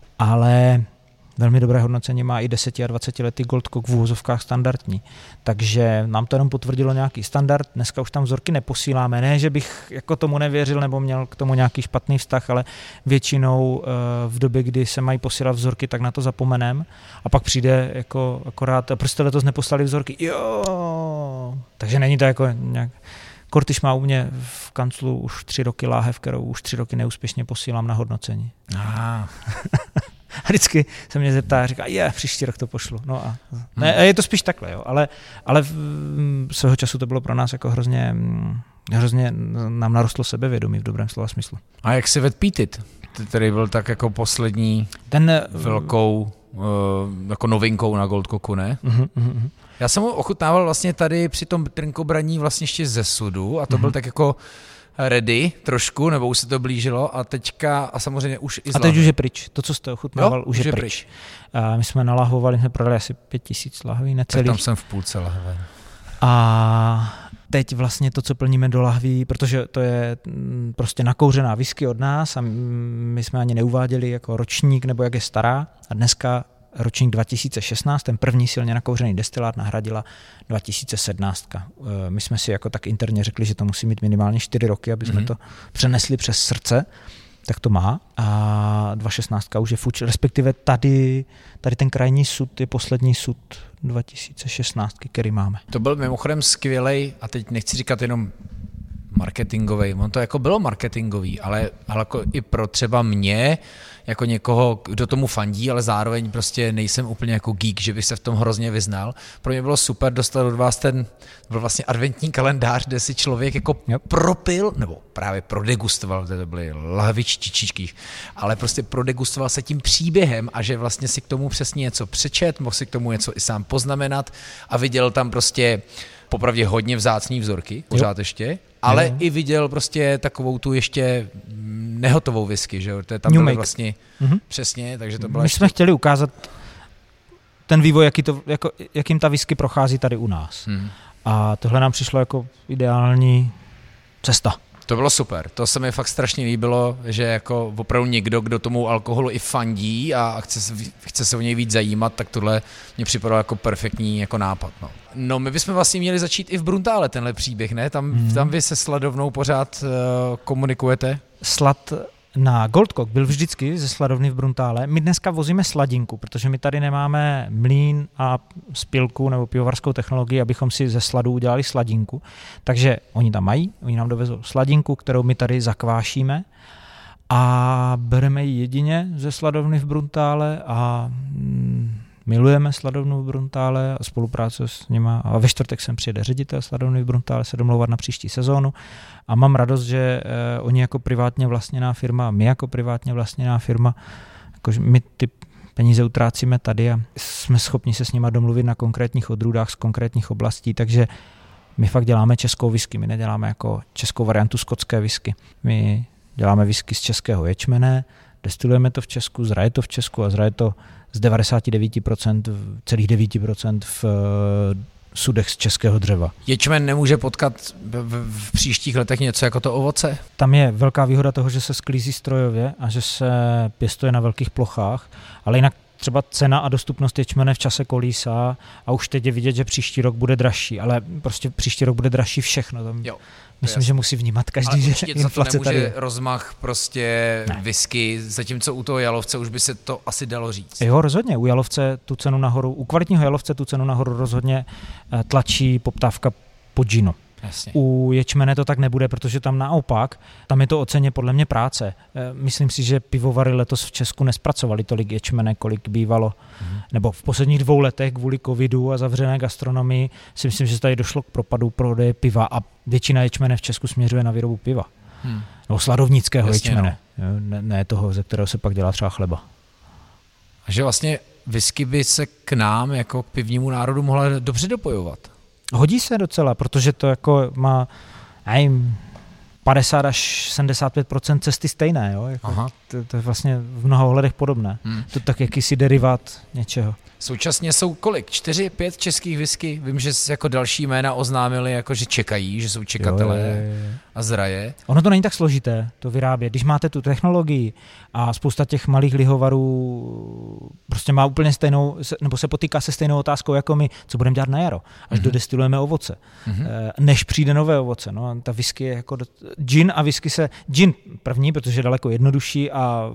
ale velmi dobré hodnocení má i deset a dvacet letý Goldcock v úvozovkách standardní. Takže nám to jenom potvrdilo nějaký standard, dneska už tam vzorky neposíláme, ne, že bych jako tomu nevěřil nebo měl k tomu nějaký špatný vztah, ale většinou v době, kdy se mají posílat vzorky, tak na to zapomenem a pak přijde jako akorát, proč jste letos neposlali vzorky? Jo, takže není to jako nějak... Kortyš má u mě v kanclu už tři roky láhev, kterou už tři roky neúspěšně posílám na hodnocení. Ah. A vždycky se mě zeptá a říká, je, příští rok to pošlu. No a ne, je to spíš takhle, jo. Ale, ale svého času to bylo pro nás jako hrozně, hrozně nám narostlo sebevědomí v dobrém slova smyslu. A jak si vedl Pítit? Který byl tak jako poslední ten velkou uh, jako novinkou na Goldcocku, ne? Uh-huh, uh-huh. Já jsem ho ochutnával vlastně tady při tom trinkobraní vlastně ještě ze sudu a to uh-huh. byl tak jako ready trošku, nebo už se to blížilo a teďka a samozřejmě už i z A teď už je pryč. To, co jste ochutnával, jo, už je, je pryč. pryč. A my jsme nalahovali, jsme prodali asi pět tisíc lahví, necelých. Tak tam jsem v půlce lahve. A teď vlastně to, co plníme do lahví, protože to je prostě nakouřená whisky od nás a my jsme ani neuváděli jako ročník nebo jak je stará a dneska ročník dva tisíce šestnáct, ten první silně nakouřený destilát nahradila dva tisíce sedmnáct. My jsme si jako tak interně řekli, že to musí mít minimálně čtyři roky, aby jsme mm-hmm. to přenesli přes srdce, tak to má a dva tisíce šestnáct už je fuč, respektive tady, tady ten krajní sud je poslední sud dva tisíce šestnáct, který máme. To byl mimochodem skvělej a teď nechci říkat jenom marketingový, on to jako bylo marketingový, ale, ale jako i pro třeba mě, jako někoho, kdo tomu fandí, ale zároveň prostě nejsem úplně jako geek, že by se v tom hrozně vyznal. Pro mě bylo super dostat od vás ten, byl vlastně adventní kalendář, kde si člověk jako yep. propil, nebo právě prodegustoval, to byly lahvičtičíčky, ale prostě prodegustoval se tím příběhem a že vlastně si k tomu přesně něco přečet, mohl si k tomu něco i sám poznamenat a viděl tam prostě popravdě hodně vzácný vzorky, pořád jo. ještě, ale jo. i viděl prostě takovou tu ještě nehotovou whisky, že jo, to je tam bylo vlastně mm-hmm. přesně, takže to bylo... My ještě... jsme chtěli ukázat ten vývoj, jaký to, jako, jakým ta whisky prochází tady u nás. Mm. A tohle nám přišlo jako ideální cesta. To bylo super, to se mi fakt strašně líbilo, že jako opravdu někdo, kdo tomu alkoholu i fandí a chce se, chce se o něj víc zajímat, tak tohle mě připadalo jako perfektní jako nápad. No, no my bychom vlastně měli začít i v Bruntále tenhle příběh, ne? Tam, hmm. tam vy se Sladovnou pořád uh, komunikujete? Slad na Goldcock byl vždycky ze Sladovny v Bruntále. My dneska vozíme sladinku, protože my tady nemáme mlýn a spilku nebo pivovarskou technologii, abychom si ze sladu udělali sladinku. Takže oni tam mají, oni nám dovezou sladinku, kterou my tady zakvášíme a bereme ji jedině ze Sladovny v Bruntále a milujeme Sladovnu v Bruntále a spolupráce s nima. A ve čtvrtek sem přijede ředitel Sladovny v Bruntále se domlouvat na příští sezónu. A mám radost, že eh, oni jako privátně vlastněná firma, my jako privátně vlastněná firma, jakože my ty peníze utrácíme tady a jsme schopni se s nima domluvit na konkrétních odrůdách z konkrétních oblastí, takže my fakt děláme českou whisky, my neděláme jako českou variantu skotské whisky. My děláme whisky z českého ječmene, destilujeme to v Česku, zraje to v Česku a zraje to z devadesát devět procent, celých devět procent v sudech z českého dřeva. Ječmen nemůže potkat v, v příštích letech něco jako to ovoce? Tam je velká výhoda toho, že se sklízí strojově a že se pěstuje na velkých plochách, ale jinak třeba cena a dostupnost ječmene v čase kolísá a už teď je vidět, že příští rok bude dražší, ale prostě příští rok bude dražší všechno. Tam jo, myslím, jasný. Že musí vnímat každý, že inflace to tady je. Rozmach prostě ne. whisky, zatímco u toho jalovce už by se to asi dalo říct. Jo, rozhodně. U jalovce tu cenu nahoru, u kvalitního jalovce tu cenu nahoru rozhodně tlačí poptávka po džinu. Jasně. U ječmene to tak nebude, protože tam naopak, tam je to o ceně podle mě práce. Myslím si, že pivovary letos v Česku nespracovali tolik ječmene, kolik bývalo. Hmm. Nebo v posledních dvou letech kvůli covidu a zavřené gastronomii si myslím, že tady došlo k propadu prodeje piva a většina ječmene v Česku směřuje na výrobu piva. Hmm. Nebo sladovnického Jasně, ječmene. No. Ne, ne toho, ze kterého se pak dělá třeba chleba. A že vlastně whisky by se k nám jako k pivnímu národu mohla dobře dopojovat. Hodí se docela, protože to jako má nevím, padesát až sedmdesát pět procent cesty stejné. Jo? Jako to, to je vlastně v mnoha ohledech podobné. Hmm. To tak jakýsi derivát něčeho. Současně jsou kolik? Čtyři, pět českých whisky? Vím, že jako další jména oznámili, jako že čekají, že jsou čekatelé jo, je, je. a zraje. Ono to není tak složité to vyrábět. Když máte tu technologii a spousta těch malých lihovarů prostě má úplně stejnou, nebo se potýká se stejnou otázkou jako my, co budeme dělat na jaro, až mm-hmm. dodestilujeme ovoce, mm-hmm. než přijde nové ovoce. No, ta whisky je jako, gin a whisky se, gin první, protože je daleko jednodušší a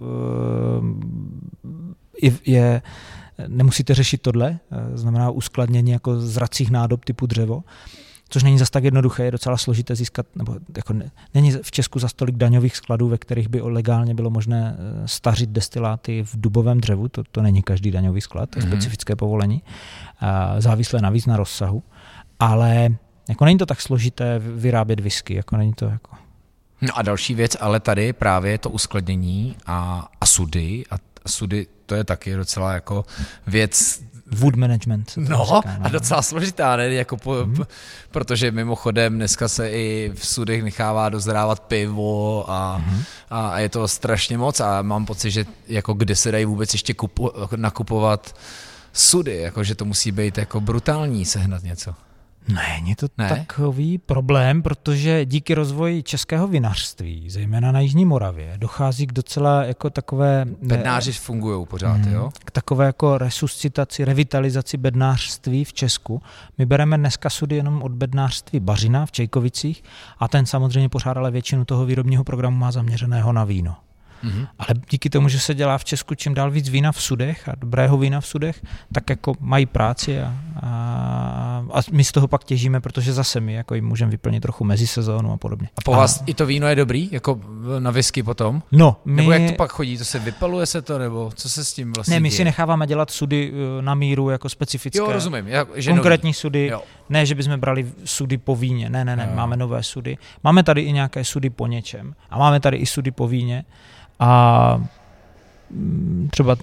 je, je nemusíte řešit tohle, znamená uskladnění jako zracích nádob typu dřevo, což není zas tak jednoduché, je docela složité získat, nebo jako ne, není v Česku zas tolik daňových skladů, ve kterých by legálně bylo možné stařit destiláty v dubovém dřevu, to, to není každý daňový sklad, to je mm-hmm. specifické povolení, závislé navíc na rozsahu, ale jako není to tak složité vyrábět whisky, jako není to jako... No a další věc, ale tady právě to uskladnění a, a sudy a sudy, to je taky docela jako věc... Wood management. No říká, a docela složitá, ne? Jako po, hmm. p, protože mimochodem dneska se i v sudech nechává dozrávat pivo a, hmm. a je to strašně moc a mám pocit, že jako kde se dají vůbec ještě kupu, nakupovat sudy, jako že to musí být jako brutální sehnat něco. Ne, je to ne? takový problém, protože díky rozvoji českého vinařství, zejména na Jižní Moravě, dochází k docela jako takové... Bednáři fungují pořád, mm, jo? K takové jako resuscitaci, revitalizaci bednářství v Česku. My bereme dneska sudy jenom od bednářství Bařina v Čejkovicích a ten samozřejmě pořád ale většinu toho výrobního programu má zaměřeného na víno. Mm-hmm. Ale díky tomu, že se dělá v Česku čím dál víc vína v sudech a dobrého vína v sudech, tak jako mají práci a, a, a my z toho pak těžíme, protože zase my jako jim můžeme vyplnit trochu mezisezónu a podobně. A po vás a... i to víno je dobrý, jako na whisky potom? No, my... Nebo jak to pak chodí, to se vypaluje se to, nebo co se s tím vlastně Ne, my děje? si necháváme dělat sudy na míru jako specifické. Jo, rozumím. Já, že konkrétní nový. sudy, jo. Ne, že bychom brali sudy po víně, ne, ne, ne, jo. Máme nové sudy. Máme tady i nějaké sudy po něčem a máme tady i sudy po víně. A třeba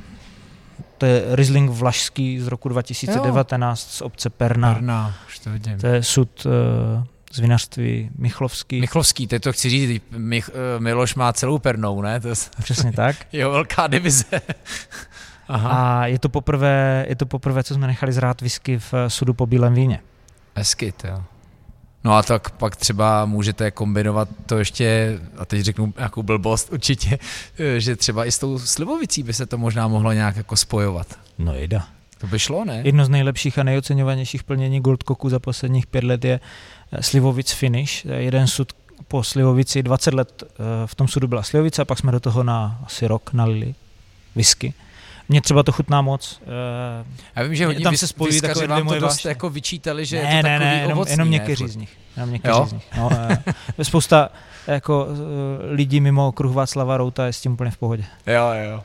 to je Riesling Vlašský z roku dva tisíce devatenáct jo. z obce Perna. Perna, už to vidím. To je sud uh, z vinařství Michlovský. Michlovský, teď to chci říct, Mich, uh, Miloš má celou Pernou, ne? To je... Přesně tak. Jo, velká divize. Aha. A je to poprvé, je to poprvé, co jsme nechali zrát whisky v sudu po bílém víně. Hezky, jo. No a tak pak třeba můžete kombinovat to ještě, a teď řeknu nějakou blbost určitě, že třeba i s tou slivovicí by se to možná mohlo nějak jako spojovat. No jeda. To by šlo, ne? Jedno z nejlepších a nejoceňovanějších plnění Goldcocku za posledních pět let je Slivovic Finish. Jeden sud po slivovici, dvacet let v tom sudu byla slivovice a pak jsme do toho na asi rok nalili whisky. Mně třeba to chutná moc. Já vím, že hodně tam se spojí takové vám to dost jako vyčítali, že ne, je to ne, takový ne, jenom, ovocný. Jenom někteří z nich. Jenom někteří z nich. No, spousta jako lidí mimo okruh Václava Routa je s tím úplně v pohodě. Jo, jo.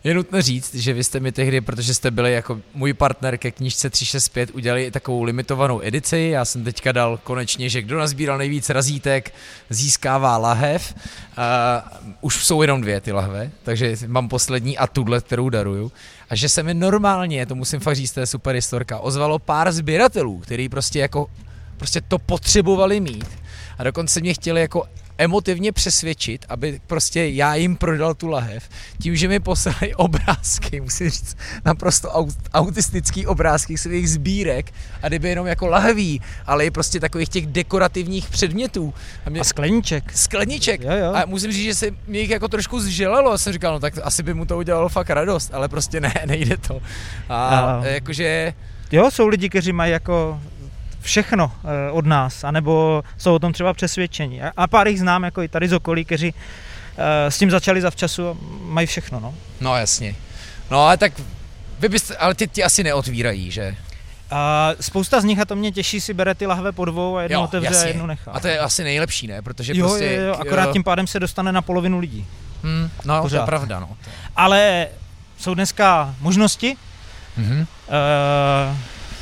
Je nutno říct, že vy jste mi tehdy, protože jste byli jako můj partner ke knížce tři šest pět, udělali takovou limitovanou edici. Já jsem teďka dal konečně, že kdo nazbíral nejvíc razítek, získává lahev. Uh, už jsou jenom dvě ty lahve, takže mám poslední a tuhle, kterou daruju. A že se mi normálně, to musím fakt říct, to je super historka, ozvalo pár sběratelů, který prostě jako prostě to potřebovali mít. A dokonce mě chtěli jako emotivně přesvědčit, aby prostě já jim prodal tu lahev, tím, že mi poslali obrázky, musím říct, naprosto aut, autistický obrázky svých sbírek a kdyby jenom jako lahví, ale i prostě takových těch dekorativních předmětů. A, mě, a skleníček. Skleníček. Jo, jo. A musím říct, že se mě jich jako trošku zželelo a jsem říkal, no tak asi by mu to udělalo fakt radost, ale prostě ne, nejde to. A, a jakože... Jo, jsou lidi, kteří mají jako všechno od nás, anebo jsou o tom třeba přesvědčení. A pár jich znám, jako i tady z okolí, kteří s tím začali zavčasu a mají všechno, no. No jasně. No ale tak, vy byste, ale ty, ty asi neotvírají, že? A spousta z nich, a to mě těší, si bere ty lahve po dvou a jednu jo, otevře jasně. a jednu nechá. A to je asi nejlepší, ne? Protože jo, prostě... Jo, jo, akorát tím pádem se dostane na polovinu lidí. Hmm, no, pořád. To je pravda, no. Ale jsou dneska možnosti, mm-hmm. uh,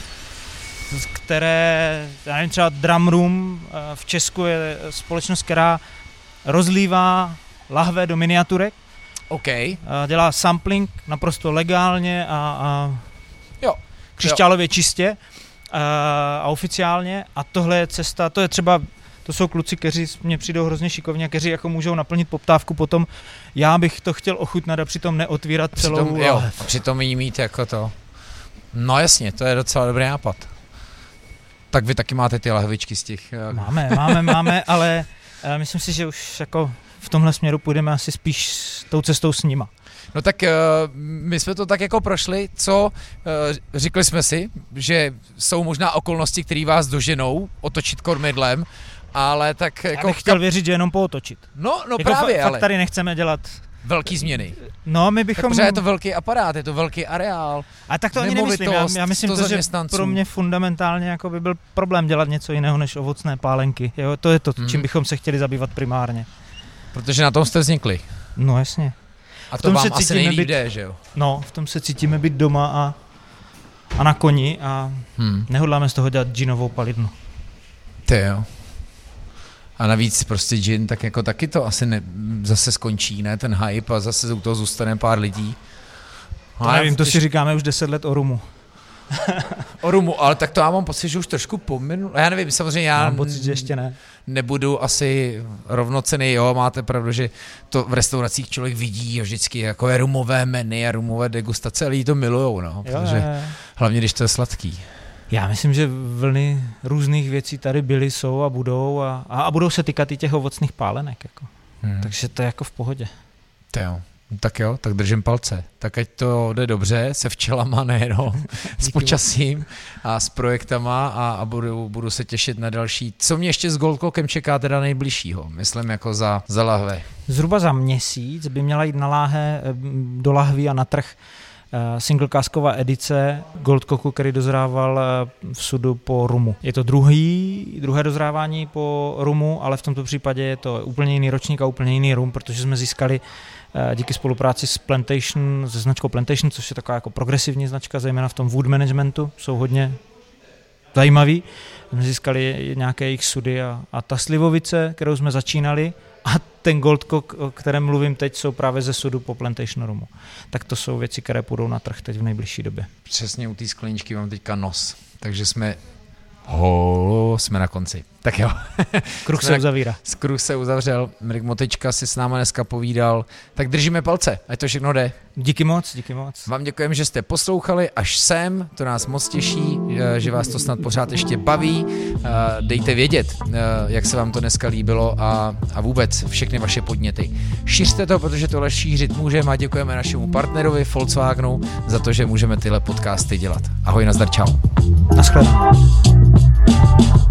které, já nevím, třeba Drum Room v Česku je společnost, která rozlívá lahve do miniaturek. OK. Dělá sampling naprosto legálně a, a jo. křišťálově čistě a, a oficiálně. A tohle je cesta, to je třeba, to jsou kluci, kteří mě přijdou hrozně šikovně, kteří jako můžou naplnit poptávku potom. Já bych to chtěl ochutnat a přitom neotvírat celou přitom, jo, lahev. A přitom jí mít jako to. No jasně, to je docela dobrý nápad. Tak vy taky máte ty lahvičky z těch... Máme, máme, máme, ale uh, myslím si, že už jako v tomhle směru půjdeme asi spíš s tou cestou s nima. No tak uh, my jsme to tak jako prošli, co uh, řekli jsme si, že jsou možná okolnosti, které vás doženou otočit kormidlem, ale tak jako... Já bych chtěl věřit, že jenom pootočit. No, no jako právě, fa- ale... Fakt tady nechceme dělat... Velký změny. No, my bychom... Tak je to velký aparát, je to velký areál. A tak to ani nemyslím. Já, já myslím to, že pro mě fundamentálně jako by byl problém dělat něco jiného než ovocné pálenky. Jo, to je to, hmm. čím bychom se chtěli zabývat primárně. Protože na tom jste vznikli. No jasně. A to vám asi nejlíp jde, že jo? No, v tom se cítíme být doma a, a na koni a hmm. nehodláme z toho dělat džinovou palidnu. Ty jo. A navíc prostě gin, tak jako taky to asi ne, zase skončí, ne, ten hype a zase u toho zůstane pár lidí. To nevím, to si říkáme už deset let o rumu. O rumu, ale tak to já mám pocit, že už trošku pominu. Já nevím, samozřejmě já mám pocit, že ještě ne. Nebudu asi rovnocenný, jo, máte pravdu, že to v restauracích člověk vidí jo, vždycky jako je rumové menu a rumové degustace, ale jí to milujou, no, jo, protože je. Hlavně, když to je sladký. Já myslím, že vlny různých věcí tady byly, jsou a budou a, a budou se týkat i těch ovocných pálenek. Jako. Hmm. Takže to je jako v pohodě. To jo. Tak jo, tak držím palce. Tak ať to jde dobře, se včelama nejenom, s počasím a s projektama a, a budu, budu se těšit na další. Co mě ještě s Goldcockem čeká teda nejbližšího? Myslím jako za, za lahve. Zhruba za měsíc by měla jít na láhe do lahví a na trh singlekásková edice Goldcocku, který dozrával v sudu po rumu. Je to druhý, druhé dozrávání po rumu, ale v tomto případě je to úplně jiný ročník a úplně jiný rum, protože jsme získali díky spolupráci s Plantation, se značkou Plantation, což je taková jako progresivní značka, zejména v tom wood managementu, jsou hodně zajímaví. Jsme získali nějaké jejich sudy a, a ta slivovice, kterou jsme začínali, a ten Goldcock, o kterém mluvím teď, jsou právě ze sudu po Plantation rumu. Tak to jsou věci, které půjdou na trh teď v nejbližší době. Přesně u té skleničky mám teďka nos, takže jsme ho, jsme na konci. Tak jo. Kruh se uzavírá. Kruh se uzavřel, Mirek Motyčka si s náma dneska povídal, tak držíme palce, ať to všechno jde. Díky moc, díky moc. Vám děkujeme, že jste poslouchali až sem, to nás moc těší, že vás to snad pořád ještě baví. Dejte vědět, jak se vám to dneska líbilo a, a vůbec všechny vaše podněty. Šiřte to, protože tohle šířit můžeme a děkujeme našemu partnerovi Volkswagenu za to, že můžeme tyhle podcasty dělat. Ahoj, nazdar, čau. Naschledanou.